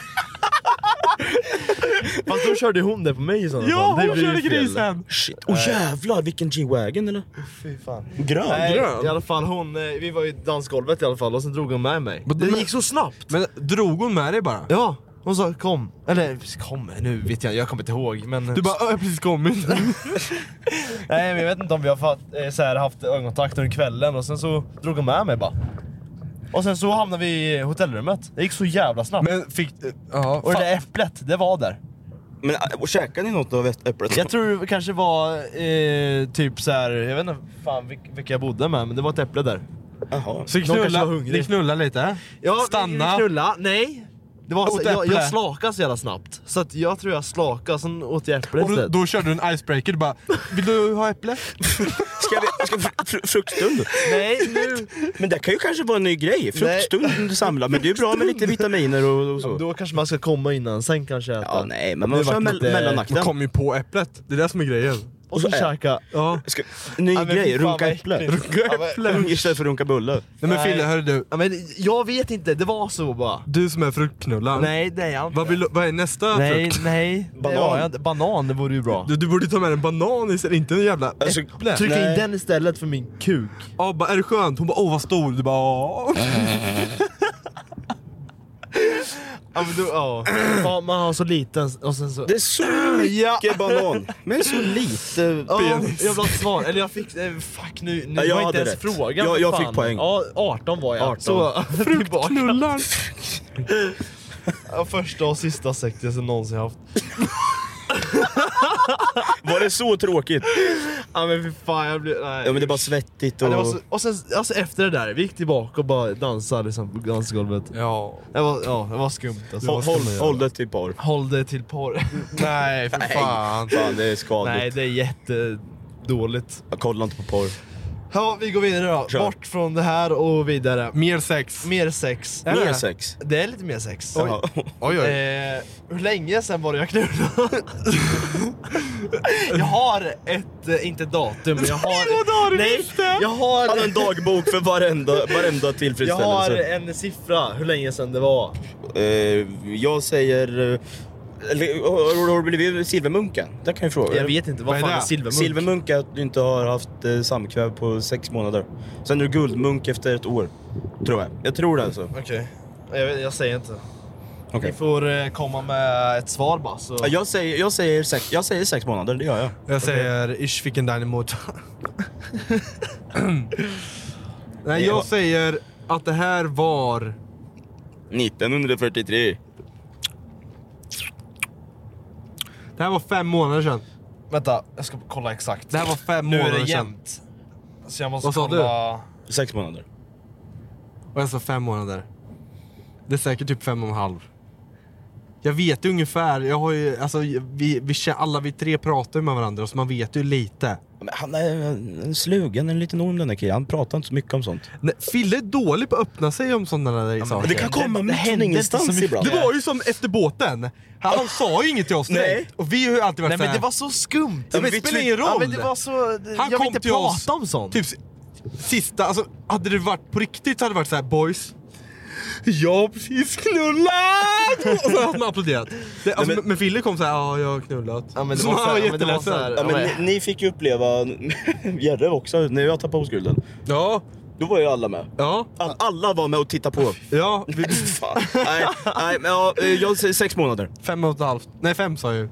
Fast då körde hon det på mig i sådana fall. Ja, hon körde grisen. Shit. Jävlar, vilken G-Wagon eller? Fy fan. Grön. I alla fall vi var i dansgolvet i alla fall och sen drog hon med mig. Det gick så snabbt. Men drog hon med dig bara? Ja, hon sa kom. Eller kom, nu vet jag kommer inte ihåg. Men... Du bara, jag har precis kommit. Nej, men jag vet inte om vi har haft ögonkontakt under kvällen och sen så drog hon med mig bara. Och sen så hamnade vi i hotellrummet. Det gick så jävla snabbt. Men och det där äpplet, det var där. Men käkade ni något av äpplet? Jag tror det kanske var typ så här, jag vet inte fan vilka jag bodde med, men det var ett äpple där. Jaha. Så ni knulla lite? Ja, stanna. Knulla, nej. Det var så, jag slakade så jävla snabbt. Så att jag tror jag slakade, sen åt jag äpplet. Och då körde du en icebreaker, du bara, vill du ha äpple? Ska fruktstund? Nej, nu. Men det kan ju kanske vara en ny grej. Fruktstund samla, men det är bra med lite vitaminer och så. Då kanske man ska komma innan, sen kanske äta. Ja, nej, men man kör mellanakten. Man kommer ju på äpplet, det är det som är grejen. Och så käka. Ja. Ny grej, runka äpple. Runka äpple. Istället för runka bulle. Nej men Fille, hörru du. Ja, men jag vet inte, det var så bara. Du som är fruktknullaren. Nej, det är jag inte. Vad är nästa frukt? Nej, banan, det vore ju bra. Du borde ta med en banan istället, inte en jävla äpple. Trycka in den istället för min kuk. Ja, bara, är det skönt? Hon bara, vad stor. Du bara, Ja, men ja, man har så liten och sen så... Det är så mycket banan, men så lite penis. Jag blev svar, eller jag fick... Fuck, nu jag var inte ens rätt. frågan. Jag fick poäng. Ja, 18 var jag. 18. Så, fruktknullar. Ja, första och sista sex jag någonsin haft. Var det så tråkigt? Ja men för fan, jag blev... Nej. Ja men det var svettigt och... Ja, och sen alltså, efter det där, vi gick tillbaka och bara dansade liksom, på dansgolvet. Ja. Det var skumt alltså. Håll det till porr. Håll det till porr. Nej, för fan. Fan, det är skadligt. Nej, det är jättedåligt. Jag kollar inte på porr. Ja, vi går vidare då. Kör. Bort från det här och vidare. Mer sex. Mer sex. Mer sex? Det är lite mer sex. Oj. Hur länge sen var det jag knullade? Jag har inte datum, men jag har... Nej, jag har en dagbok för varenda tillfredsställelse. Jag har en siffra, hur länge sen det var. Jag säger... Har du blivit silvermunka? Det kan jag fråga. Jag vet inte, vad fan är silvermunk? Silvermunk är att du inte har haft samkväv på 6 månader. Sen är du guldmunk efter 1 år, tror jag. Jag tror det alltså. Okej. Jag säger inte. Ni får komma med ett svar bara. Så. Jag säger 6 månader, det gör jag. Jag säger Ich fick en dynamot. Nej, jag säger att det här var 1943. Det här var 5 månader sedan. Vänta, jag ska kolla exakt. Det här var 5 Nu månader är det sedan. jämnt. Så jag måste Vad sa kolla... 6 månader. Och jag sa 5 månader. Det är säkert typ 5,5. Jag vet ju ungefär. Jag har ju, alltså, alla vi tre pratar med varandra, så man vet ju lite. Men han är en slugen, en liten orm den där killen. Han pratar inte så mycket om sånt. Nej, Fille är dålig på att öppna sig om sådana där saker. Det kan komma från ingenstans ibland. Det var ju som efter båten. Han sa ju inget till oss direkt. Och vi har ju alltid varit Nej, men det var så skumt. Ja, men det spelar ingen roll. Ja, men det var så... Han jag kom vill inte till prata oss, om sånt. Typ sista, alltså hade det varit på riktigt så hade det varit så här: boys, jag har precis knullat! Och så hade man applåderat. Alltså, men Fille kom så här: ja, jag har knullat. Ja, men det så var han var men det var så jätteledsen. här, Ja, men ni fick ju uppleva Jerre också, när jag tappade på skulden. Ja. Då var ju alla med. Ja. Alla var med och tittade på. Ja. Fan. Nej, men jag säger 6 månader. 5,5. Nej, 5 sa jag ju.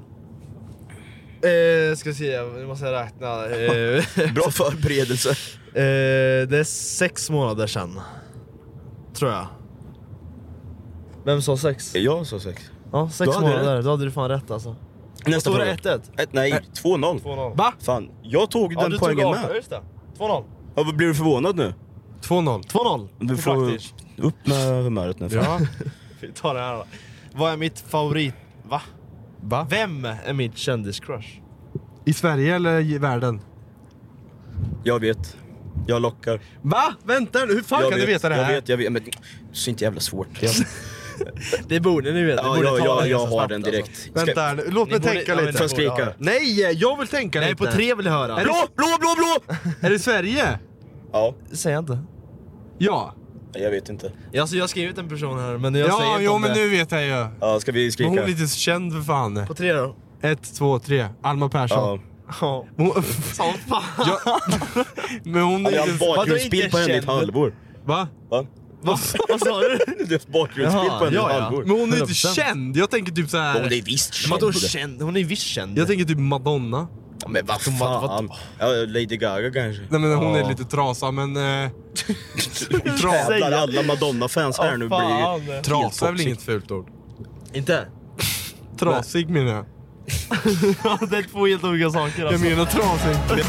Ska se, nu måste jag räkna. Bra förberedelse. Det är 6 månader sedan. Tror jag. Vem sa 6? Jag sa 6. Ja, 6 månader. Då hade du fan rätt alltså. Nästa fråga. fråga. 1-1. Nej, 2-0. 2-0. Va? Fan, jag tog den du poängen tog med. Just det. 2-0. Ja, blir du förvånad nu? 2-0. 2-0. Du får upp med humöret nu. Ja. Vi tar det här då. Vad är mitt favorit... Va? Vem är mitt kändiscrush? I Sverige eller i världen? Jag vet. Jag lockar. Va? Vänta nu, hur fan kan du veta det här? Jag vet, men det är så inte jävla svårt. Det borde ni veta. Ja, jag har den direkt. Alltså. Vänta, låt mig tänka lite. Får jag skrika? Nej, jag vill tänka lite. Nej, på 3 vill jag höra. Blå! Är det Sverige? Ja. Säger jag inte. Ja. Jag vet inte. Alltså, jag har skrivit en person här, men jag säger inte om men det. nu vet jag ju. Ja, ska vi skrika? Men hon är lite känd för fan. På 3 då? 1, 2, 3. Alma Persson. Ja. Som fan. Men hon är inte... bakgrundsbild på henne i ett halvår. Va? Vad sa du? Du har bakgrundsbild på henne i ett halvår. Men hon är inte känd. Jag tänker typ så här. Hon är visst känd. Hon är visst känd. Jag tänker typ Madonna. Ja, men vad fan? Ja, Lady Gaga kanske. Nej, men hon är lite trasa, men... Jävlar, alla Madonna-fans här nu blir... Trasa är väl inget fult ord? Inte? Trasig menar jag. Det är 2 helt olika saker alltså. Jag menar trasig.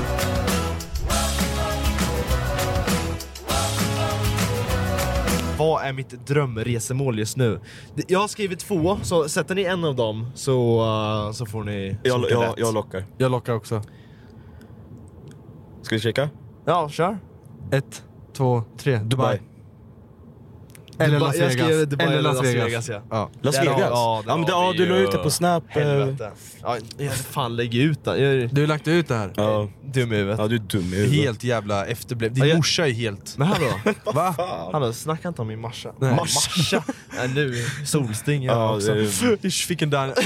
Vad är mitt drömresemål just nu? Jag har skrivit 2, så sätter ni en av dem så får ni... Jag lockar. Jag lockar också. Ska vi kika? Ja, kör. 1, 2, 3. Dubai. Eller Las Jag Vegas. skrev Dubai eller eller Las Vegas. Ja. Las Vegas? Ja, du la ut det på Snap. Helvete. Ja, jag fan lägger ut det. Du har lagt ut det här. Ja. Dum i huvudet. Ja, du är dum i huvudet. Helt jävla efterbliv. Din morsa är helt... Men hallå? Va? Hallå, snacka inte om min marsa. Nej. Marsa? Nej, nu. Solsting. Ja, också. Ich fick en dynamite.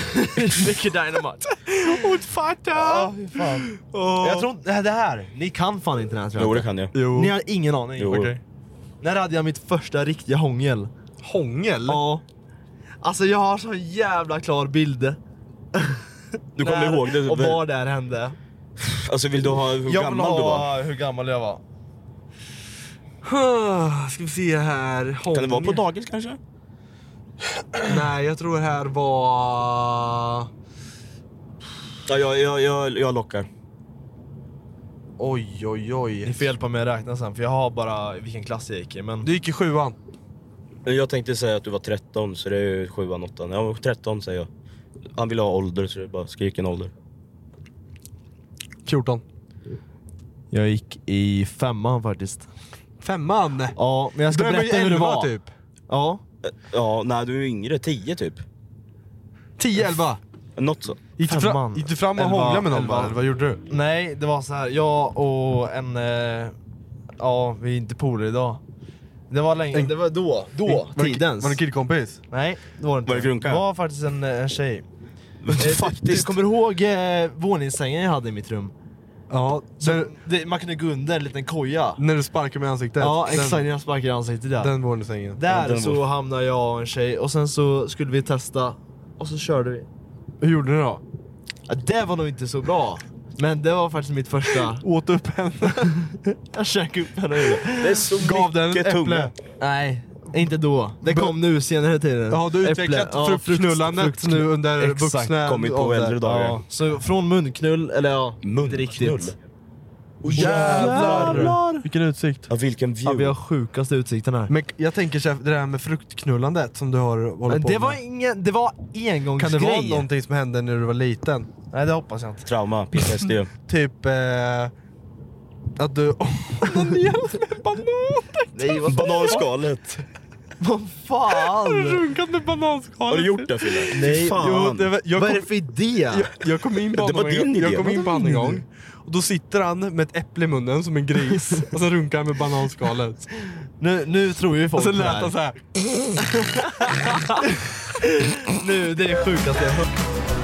Och fatta! Ja, fan. Jag tror inte... Det här. Ni kan fan inte det här, tror jag. Jo, det kan jag. Jo. Ni har ingen aning. Jo. Okay. När hade jag mitt första riktiga hångel? Hångel? Ja. Alltså jag har så jävla klar bild. Du kommer ihåg det? Och var där hände. Alltså vill du ha hur gammal du var? Hur gammal jag var. Ska vi se här. Hångel. Kan det vara på dagis kanske? Nej, jag tror här var... Ja, jag lockar. Oj. Ni får hjälpa mig att räkna sen, för jag har bara vilken klass jag gick i, men... Du gick i 7:an. Jag tänkte säga att du var 13, så det är 7:an, 8:an. Jag var 13 säger jag. Han ville ha ålder, så det bara skrik en ålder. 14. Jag gick i 5:an faktiskt. 5:an? Ja, men jag ska berätta hur det var. Typ. Ja. Ja, nej du är yngre, 10 typ. 10, 11? Något så. Gick du fram och hånglade med någon bara, eller vad gjorde du? Nej, det var så här. Jag och en... ja, vi är inte polare idag. Det var länge, det var då tidens. Var det killkompis? Nej, det var det inte. Var det grunka? Det var faktiskt en tjej. Faktiskt. Du kommer ihåg våningssängen jag hade i mitt rum? Ja, man kunde gå under en liten koja. När du sparkar med ansiktet. Ja, exakt, när jag sparkar i ansiktet där. Den våningssängen. Där så hamnade jag och en tjej. Och sen så skulle vi testa. Och så körde vi. Hur gjorde ni då? Ja, det var nog inte så bra. Men det var faktiskt mitt första. Åt upp henne. Jag käkade upp henne. Det är så gav den mycket äpple. Nej, inte då. Det kom nu senare i tiden. Ja, du har utvecklat fruktknullandet nu under vuxna. Kommit på äldre dagar. Ja. Så från munknull, eller inte riktigt. Jävlar! Vilken utsikt. Ja, vilken view. Ja, vi har sjukaste utsikten här. Men jag tänker så här, det där med fruktknullandet som du har hållit på det med. Det var engångsgrej. Kan det vara någonting som hände när du var liten? Nej, det hoppas jag inte. Trauma, PTSD. Typ att du onanerat med banan. Nej, vad bananskalet. Vad fan? Runkat med bananskalet. Har du gjort det, Fille? Nej, fan. Vad är det för idé? Jag kom in på honom en gång. Och då sitter han med ett äpple i munnen som en gris. Och så runkar han med bananskalet. Nu tror ju folk. Och så lät han så här. Nu, det är sjukaste jag hört.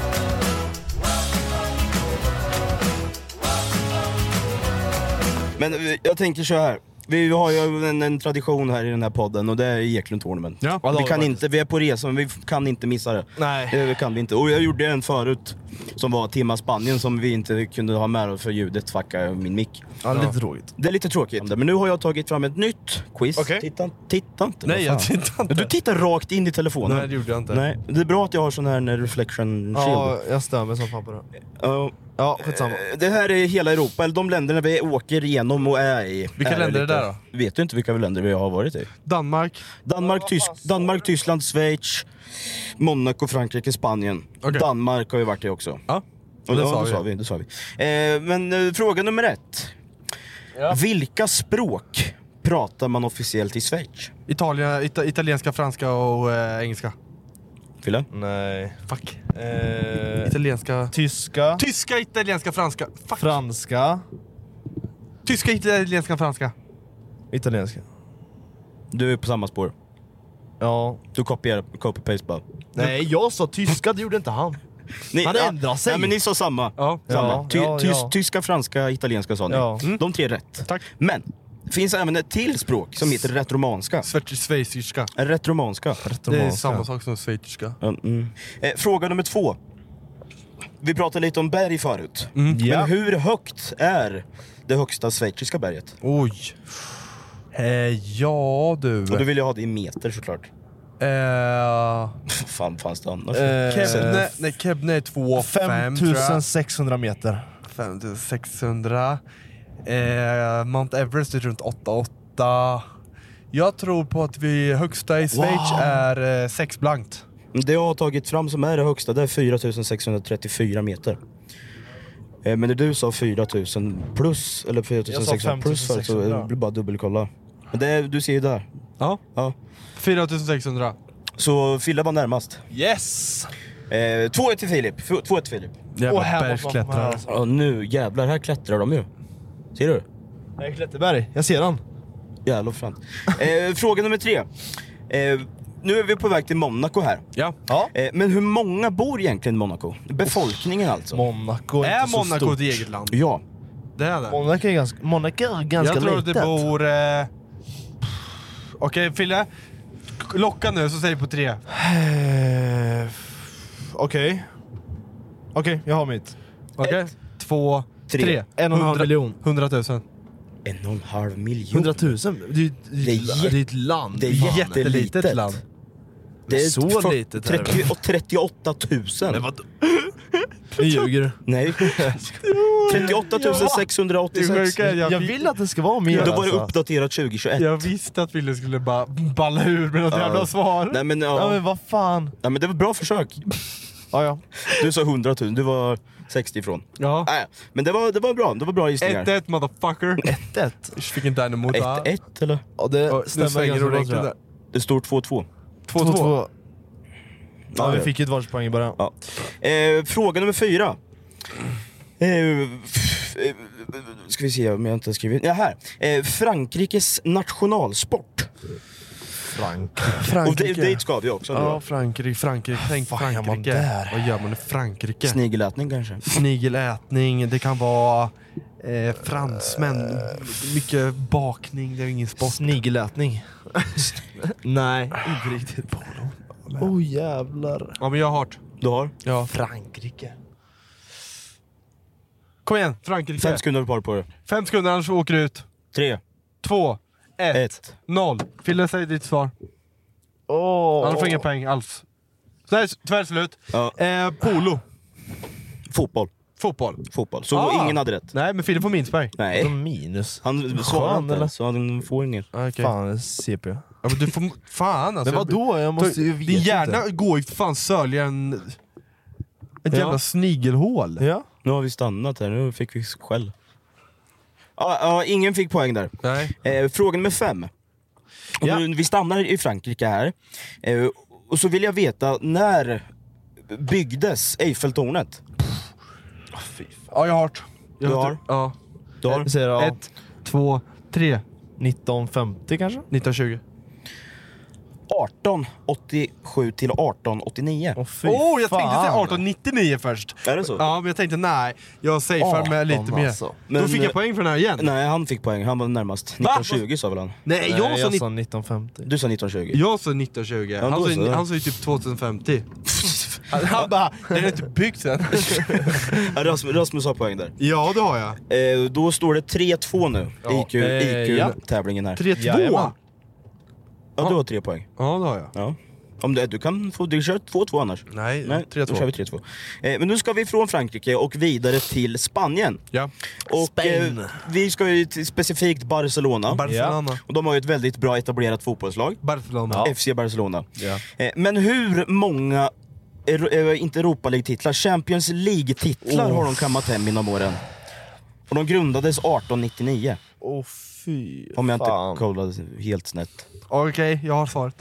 Men jag tänker så här. Vi har ju en tradition här i den här podden och det är Eklund Tournament. Ja, vi är på resa men vi kan inte missa det. Nej. Det kan vi inte. Och jag gjorde en förut som var Timma Spanien som vi inte kunde ha med för ljudet fuckade min mick. Ja, lite tråkigt. Det är lite tråkigt. Men nu har jag tagit fram ett nytt quiz. Okay. Titta inte. Nej, jag tittar inte. Du tittar rakt in i telefonen. Nej, det gjorde jag inte. Nej, det är bra att jag har sån här reflection shield. Ja, jag stör mig som fan på det. Ja, skitsamma. Det här är hela Europa, eller de länderna vi åker igenom och är i. Vilka länder är det där då? Vet du inte vilka länder vi har varit i? Danmark, Tyskland, Schweiz, Monaco, Frankrike, Spanien. Okay. Danmark har vi varit i också. Ja, och det sa vi. Men fråga nummer 1. Ja. Vilka språk pratar man officiellt i Schweiz? Italienska, franska och engelska. Fille? Nej. Fuck. Italienska. Tyska, italienska, franska. Fuck. Franska. Tyska, italienska, franska. Italienska. Du är på samma spår. Ja. Du copy-paste bara. Nej, jag sa tyska, det gjorde inte han. Han ändrar sig. Nej, men ni sa samma. Ja. Samma. Tyska, franska, italienska sa ni. Ja. De 3 rätt. Tack. Men det finns även ett till språk som heter retromanska. Schweizerska. Retromanska. Det är samma sak som schweizerska. Fråga nummer 2. Vi pratade lite om berg förut. Men hur högt är det högsta schweiziska berget? Oj. Ja du. Och du vill ju ha det i meter såklart. Fan fanns det annars? Kebne är 2,5 5600 meter. 5600. Mount Everest är runt 8,8. Jag tror på att vi högsta i Schweiz är 6 blankt. Det jag har tagit fram som är det högsta, det är 4634 meter. Men när du sa 4000 plus, eller 4600 plus för, så det blir bara dubbelkolla. Men det är, du ser ju där. Ja. 4600. Så Fille var närmast. Yes! 2-1 till Filip. 2-1 till Filip. Jävla bergsklättrare. Ja, nu jävlar, här klättrar de ju. Ser du? Det är Klätterberg, jag ser den. Jävlar fram. Fråga nummer 3. Nu är vi på väg till Monaco här. Ja. Men hur många bor egentligen i Monaco? Befolkningen alltså. Monaco är inte så Monaco stort. Ett eget land? Ja. Det är det. Monaco är ganska jag tror litet. att det bor... Okej, Fille. Locka nu så säger på 3. Okej, jag har mitt. 1, 2, 3. 1,5 miljon. 100 000. 1,5 miljon. 100 000? Det är ett land. Det är jättelitet land. Det är så litet. 38 000. Men vad? Nu ljuger du. Nej. 38 686. Jag vill att det ska vara mer. Då var det uppdaterat 2021. Jag visste att Ville skulle bara balla ur med något jävla svar. Nej, men, men vad fan. Ja, men det var bra försök. Ja. Du sa 100 000, du var 60 ifrån. Ja. Men det var bra, det var bra gissningar. 1-1 motherfucker. 1-1. Fick en dynamo där. 1-1 eller? Ja, det stämmer ganska bra. Det står 2-2. 2-2. Ja, vi fick ett varsitt i början. Ja. Fråga nummer 4. Ska vi se om jag inte har skrivit. Ja, här. Frankrikes nationalsport. Frankrike. Och dit ska vi också. Ja, Frankrike. Tänk Frankrike. Vad gör man i Frankrike? Snigelätning kanske. Snigelätning. Det kan vara Fransmän. Mycket bakning, det är ingen sport. Snigelätning. Nej, inte riktigt. Jävlar. Ja, men jag har hört. Du har? Ja. Frankrike. Kom igen, Frankrike. 5 sekunder par på det. 5 sekunder, annars åker du ut. 3, 2, 1, 0. Fille, säg ditt svar. Han får inga poäng alls. Nej, tyvärr slut. Ja. Polo. Fotboll. Så ingen hade rätt. Nej, men Fille får minuspoäng. Nej. Minus. Han svarade inte, så han får ingen. Okay. Fan, CP. Ja, men du får... Fan alltså. Men vadå? Jag måste ju veta. Din hjärna går ju fan sörligare än... Ett jävla snigelhål. Ja. Nu har vi stannat här, nu fick vi skäll. Ja, ingen fick poäng där. Nej. Fråga nummer 5. Vi stannar i Frankrike här. Och så vill jag veta, när byggdes Eiffeltornet? Ja, jag har hört. Du har? Ja. Du har? 1, 2, 3. 1950 kanske? 1920. 1887 till 1889. Jag tänkte säga 1899 först. Är det så? Ja, men jag tänkte nej. Jag safear med lite mer. Alltså. Då fick jag poäng för den här igen. Nej, han fick poäng. Han var närmast. 1920 sa väl han? Nej, jag sa 1950. Du sa 1920. Jag sa 1920. Ja, han sa ju typ 2050. Han bara, det är inte byggt sen. Rasmus har poäng där. Ja, det har jag. Då står det 3-2 nu. IQ-tävlingen här. 3-2? Ja, du har 3 poäng. Ja, det har jag. Ja. Om du kan få, du kör 2-2 annars. Nej, 3-2. Då kör vi 3-2. Men nu ska vi från Frankrike och vidare till Spanien. Ja. Och vi ska ju till specifikt Barcelona. Barcelona. Och de har ju ett väldigt bra etablerat fotbollslag. Barcelona. FC Barcelona. Ja. Men hur många, inte Europa League-titlar, Champions League-titlar har de kammat hem inom åren? Och de grundades 1899. Fy om jag inte kollade helt snett. Okej, jag har svaret.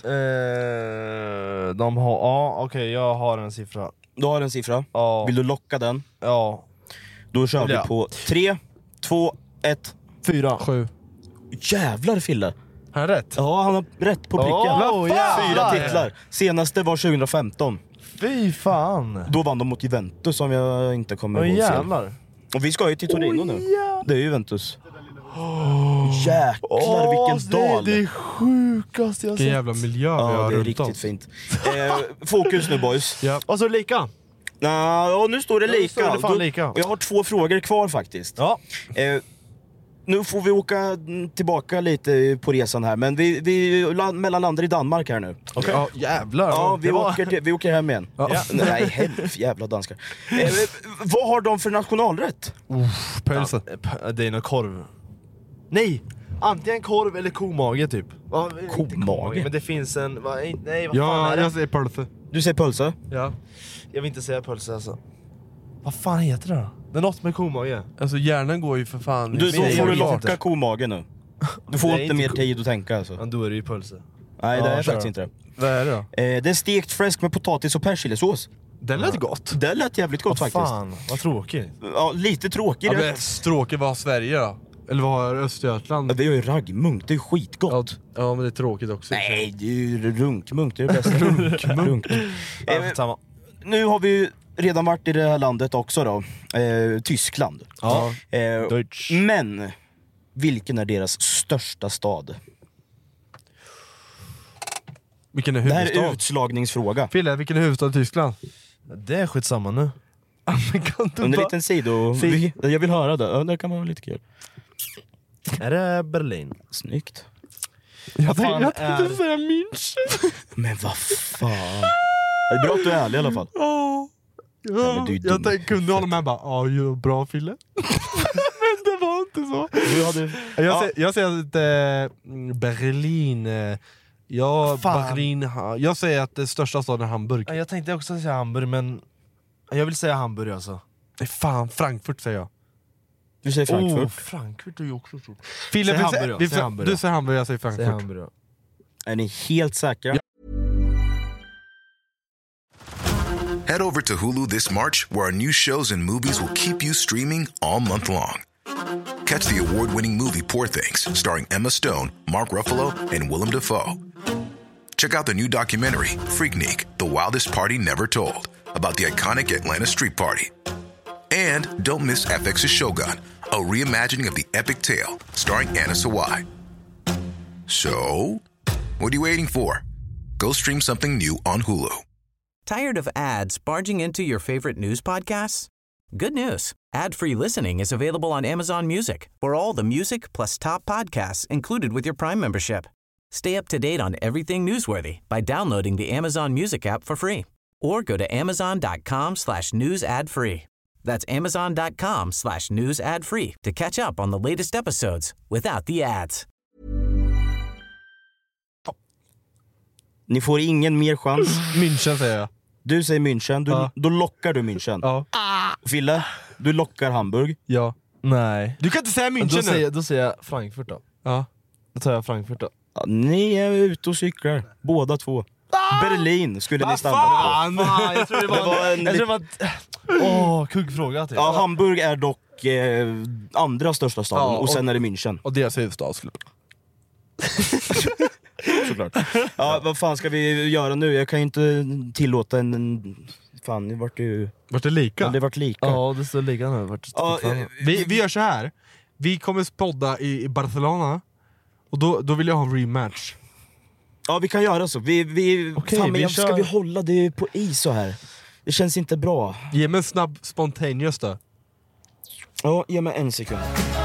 De har, okej, jag har en siffra. Du har en siffra? Ja. Vill du locka den? Ja. Då kör vi på 3, 2, 1, 4. 7. Jävlar, Fille. Har jag rätt? Ja, han har rätt på pricken. 4 titlar. Senaste var 2015. Fy fan. Då vann de mot Juventus, som jag inte kommer ihåg. Jävlar. Och vi ska ju till Torino nu. Det är Juventus. Jäklar, vilken dal. Det är sjukast jag har sett. Vilken jävla miljö vi har. Ja, det är runt riktigt om. fint. Fokus nu, boys. Ja. Och så lika. Ja, nu står det lika. står det fan lika. Och jag har 2 frågor kvar faktiskt. Ja. Nu får vi åka tillbaka lite på resan här, men vi mellanlandar i Danmark här nu. Okej. Ja, jävlar. Ja, vi åker hem igen. Ja. Nej, jävla danskar. Vad har de för nationalrätt? Pölse. Det är någon korv. Nej, antingen korv eller komage typ. Komage? Men det finns en... vad fan är Ja, det? jag säger pölse. Du säger pölse? Ja. Jag vill inte säga pölse alltså. Vad fan heter det då? Det är något med komage. Alltså hjärnan går ju för fan. Då jag får du vet locka inte. komagen nu. Du får Det är inte inte mer tid att tänka alltså. Men då är det ju pölse. Nej, det Ja, är kör. faktiskt inte det. Vad är det då? Det är stekt fläsk med potatis och persiljasås. Det lät gott. Det lät jävligt gott faktiskt. Fan, vad tråkigt. Ja, lite tråkigt. Ja, men stråkigt, vad har Sverige då? Eller vad har Östergötland? Vi har ju raggmunk, det är skitgott. Ja, men det är tråkigt också. Nej, det är ju runkmunk, det är det bästa. Runk. Samma. Nu har vi ju redan varit i det här landet också då. Tyskland. Ja. Deutsch. Men vilken är deras största stad? Vilken är Det här huvudstad? är utslagningsfråga. Fille, vilken är huvudstad i Tyskland? Det är skitsamma nu. Under en liten sido. Jag vill höra det. Ja, det kan vara lite kul. Är det Berlin? Snyggt. Jag tänkte säga München. Men vad fan. Det är bra att du är ärlig i alla fall. Ja, men du är dum. jag kunde hålla med bara, ja, ju bra Fille. Men det var inte så. Jag säger att Berlin. Berlin. Jag säger att det största staden är Hamburg. Jag tänkte också säga Hamburg, men jag vill säga Hamburg alltså. Nej, fan, Frankfurt säger jag. Du säger Frankfurt. Frankfurt är ju också stort. Fille, Säg Hamburg, du Hamburg. säger Hamburg, jag säger Frankfurt. Säg Hamburg. Är ni helt säkra? Head over to Hulu this March, where our new shows and movies will keep you streaming all month long. Catch the award-winning movie Poor Things, starring Emma Stone, Mark Ruffalo, and Willem Dafoe. Check out the new documentary, Freaknik, The Wildest Party Never Told, about the iconic Atlanta Street Party. And don't miss FX's Shogun, a reimagining of the epic tale starring Anna Sawai. So, what are you waiting for? Go stream something new on Hulu. Tired of ads barging into your favorite news podcasts? Good news. Ad-free listening is available on Amazon Music for all the music plus top podcasts included with your Prime membership. Stay up to date on everything newsworthy by downloading the Amazon Music app for free or go to amazon.com/news ad free. That's amazon.com/news ad free to catch up on the latest episodes without the ads. Ni får ingen mer chans. München säger jag. Du säger München, då lockar du München. Ja. Fille, du lockar Hamburg. Ja. Nej. Du kan inte säga München nu. Då säger jag Frankfurt då. Ja. Då tar jag Frankfurt då. Ja, ni är ute och cyklar, båda två. Berlin skulle ni stanna på. Jag tror det var kuggfråga typ. Ja, Hamburg är dock andra största staden och sen är det München. Och deras huvudstad. Såklart. Ja, vad fan ska vi göra nu? Jag kan ju inte tillåta en... Fan, det vart ju... Vart det lika? Ja, det vart lika. Ja, det står lika nu. Vi gör så här. Vi kommer podda i Barcelona. Och då vill jag ha en rematch. Ja, vi kan göra så. Okej, fan, men vi ska vi hålla det på is så här? Det känns inte bra. Ge mig en snabb spontaneous då. Ja, ge mig en sekund.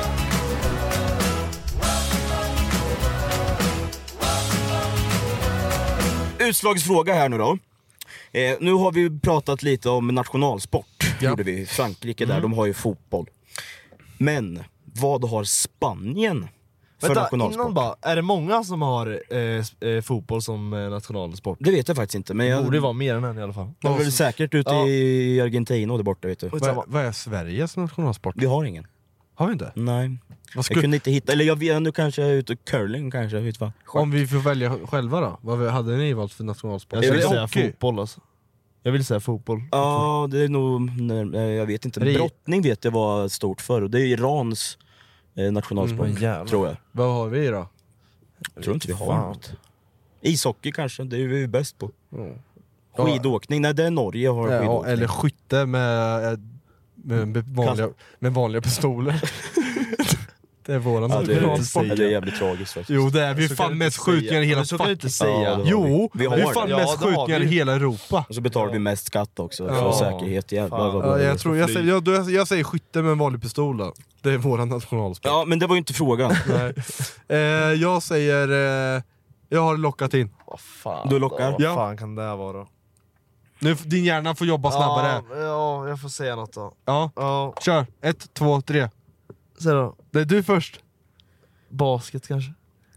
Utslagsfråga här nu då. Nu har vi pratat lite om nationalsport. Gjorde vi. Frankrike där, de har ju fotboll. Men vad har Spanien för nationalsport? Innan bara, är det många som har fotboll som nationalsport? Det vet jag faktiskt inte. Men det borde vara mer än en i alla fall. Det är väl säkert ute i Argentina och där borta, vet du. Vad är Sveriges nationalsport? Vi har ingen. Har vi inte? Nej. Jag kunde inte hitta, eller jag vet, nu kanske jag är ute och curling kanske, vet vad. Om vi får välja själva då? Vad hade ni valt för nationalsport? Jag vill säga fotboll alltså. Jag vill säga fotboll. Ja, det är nog, jag vet inte. Brottning vet jag var stort för, och det är Irans nationalsport, tror jag. Vad har vi då? Jag tror inte vi har något. Ishockey kanske, det är vi bäst på. Skidåkning, nej det är Norge har skidåkning. Eller skytte med vanliga pistoler. Det är våran nationalsport. Det är jävligt tragiskt faktiskt. Jo, det är vi fan mest skjutningar i hela Jo, vi har fan mest skjutningar i hela Europa. Och så betalar vi mest skatt också för säkerhet. Jag säger skytte med en vanlig pistol då. Det är våran nationalsport. Ja, men det var ju inte frågan. Jag säger jag har lockat in. Vad fan? Du lockar? Vad fan kan det vara? Nu din hjärna får jobba snabbare. Ja, jag får säga något då. Ja. Kör. 1, 2, 3. Så då. Det är du först. Basket kanske.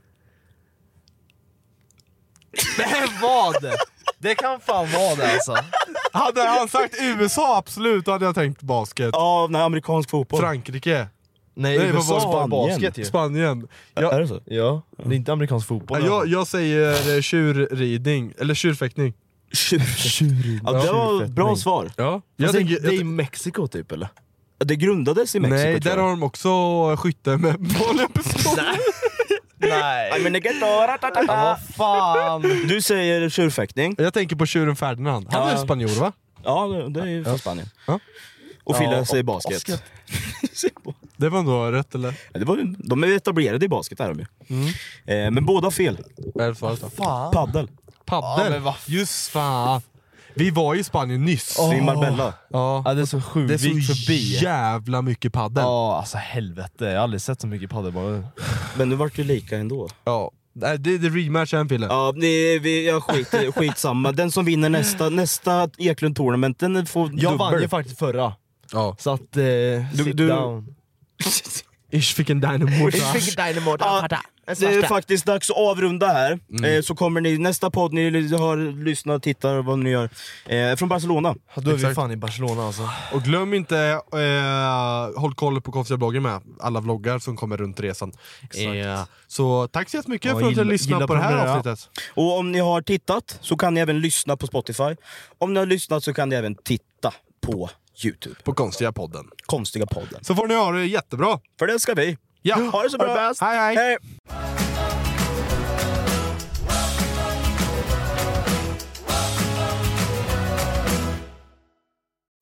Men vad? Det kan fan vara det alltså. Hade han sagt USA absolut, då hade jag tänkt basket. Ja, nej, amerikansk fotboll. Frankrike. Nej, USA var basket ju. Spanien. Är det så? Ja, det är inte amerikansk fotboll. Jag säger tjurridning, eller tjurfäktning. Tjurridning. Ja, det var bra svar. Ja. Det är i Mexiko typ, eller? Det grundades i Mexiko. Nej, där har de också skytte med vanliga pistoler. Nej. Men vad fan. Du säger tjurfäktning. Jag tänker på tjuren Ferdinand. Han är spanjor, va? Ja, det är ju från Spanien. Ja. Och Fille säger basket. Det var ändå rätt, eller? De är etablerade i basket här. Men båda fel. Vad är det svaret då? Paddel. Ja, just fan. Vi var i Spanien nyss. I Marbella. Ja, det är så sjukt. Det är så jävla mycket paddel. Ja, alltså helvete. Jag har aldrig sett så mycket paddel bara. Men nu vart det lika ändå. Ja. Det är rematch här, Fille. Ja, skitsamma. Den som vinner nästa Eklund Tournament, den får dubbel. Jag vann ju faktiskt förra. Ja. Så att sit down. Ich fick en dynamo. Det är faktiskt dags att avrunda här. Så kommer ni, nästa podd ni har lyssnat, tittar vad ni gör från Barcelona. Då är vi fan i Barcelona alltså. Och glöm inte håll koll på konstiga bloggen med alla vloggar som kommer runt resan. Så tack så jättemycket för att du lyssnade på det här avsnittet. Och om ni har tittat så kan ni även lyssna på Spotify. Om ni har lyssnat så kan ni även titta på YouTube. På Konstiga podden. Konstiga podden. Så får ni ha det jättebra. För det ska vi. Ja. Ha det så bra. Hej, hej.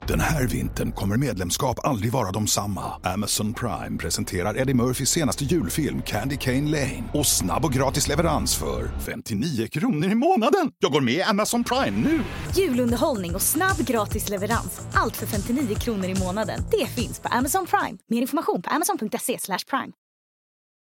Den här vintern kommer medlemskap aldrig vara de samma. Amazon Prime presenterar Eddie Murphys senaste julfilm Candy Cane Lane. Och snabb och gratis leverans för 59 kronor i månaden. Jag går med i Amazon Prime nu! Julunderhållning och snabb gratis leverans. Allt för 59 kronor i månaden. Det finns på Amazon Prime. Mer information på amazon.se/prime.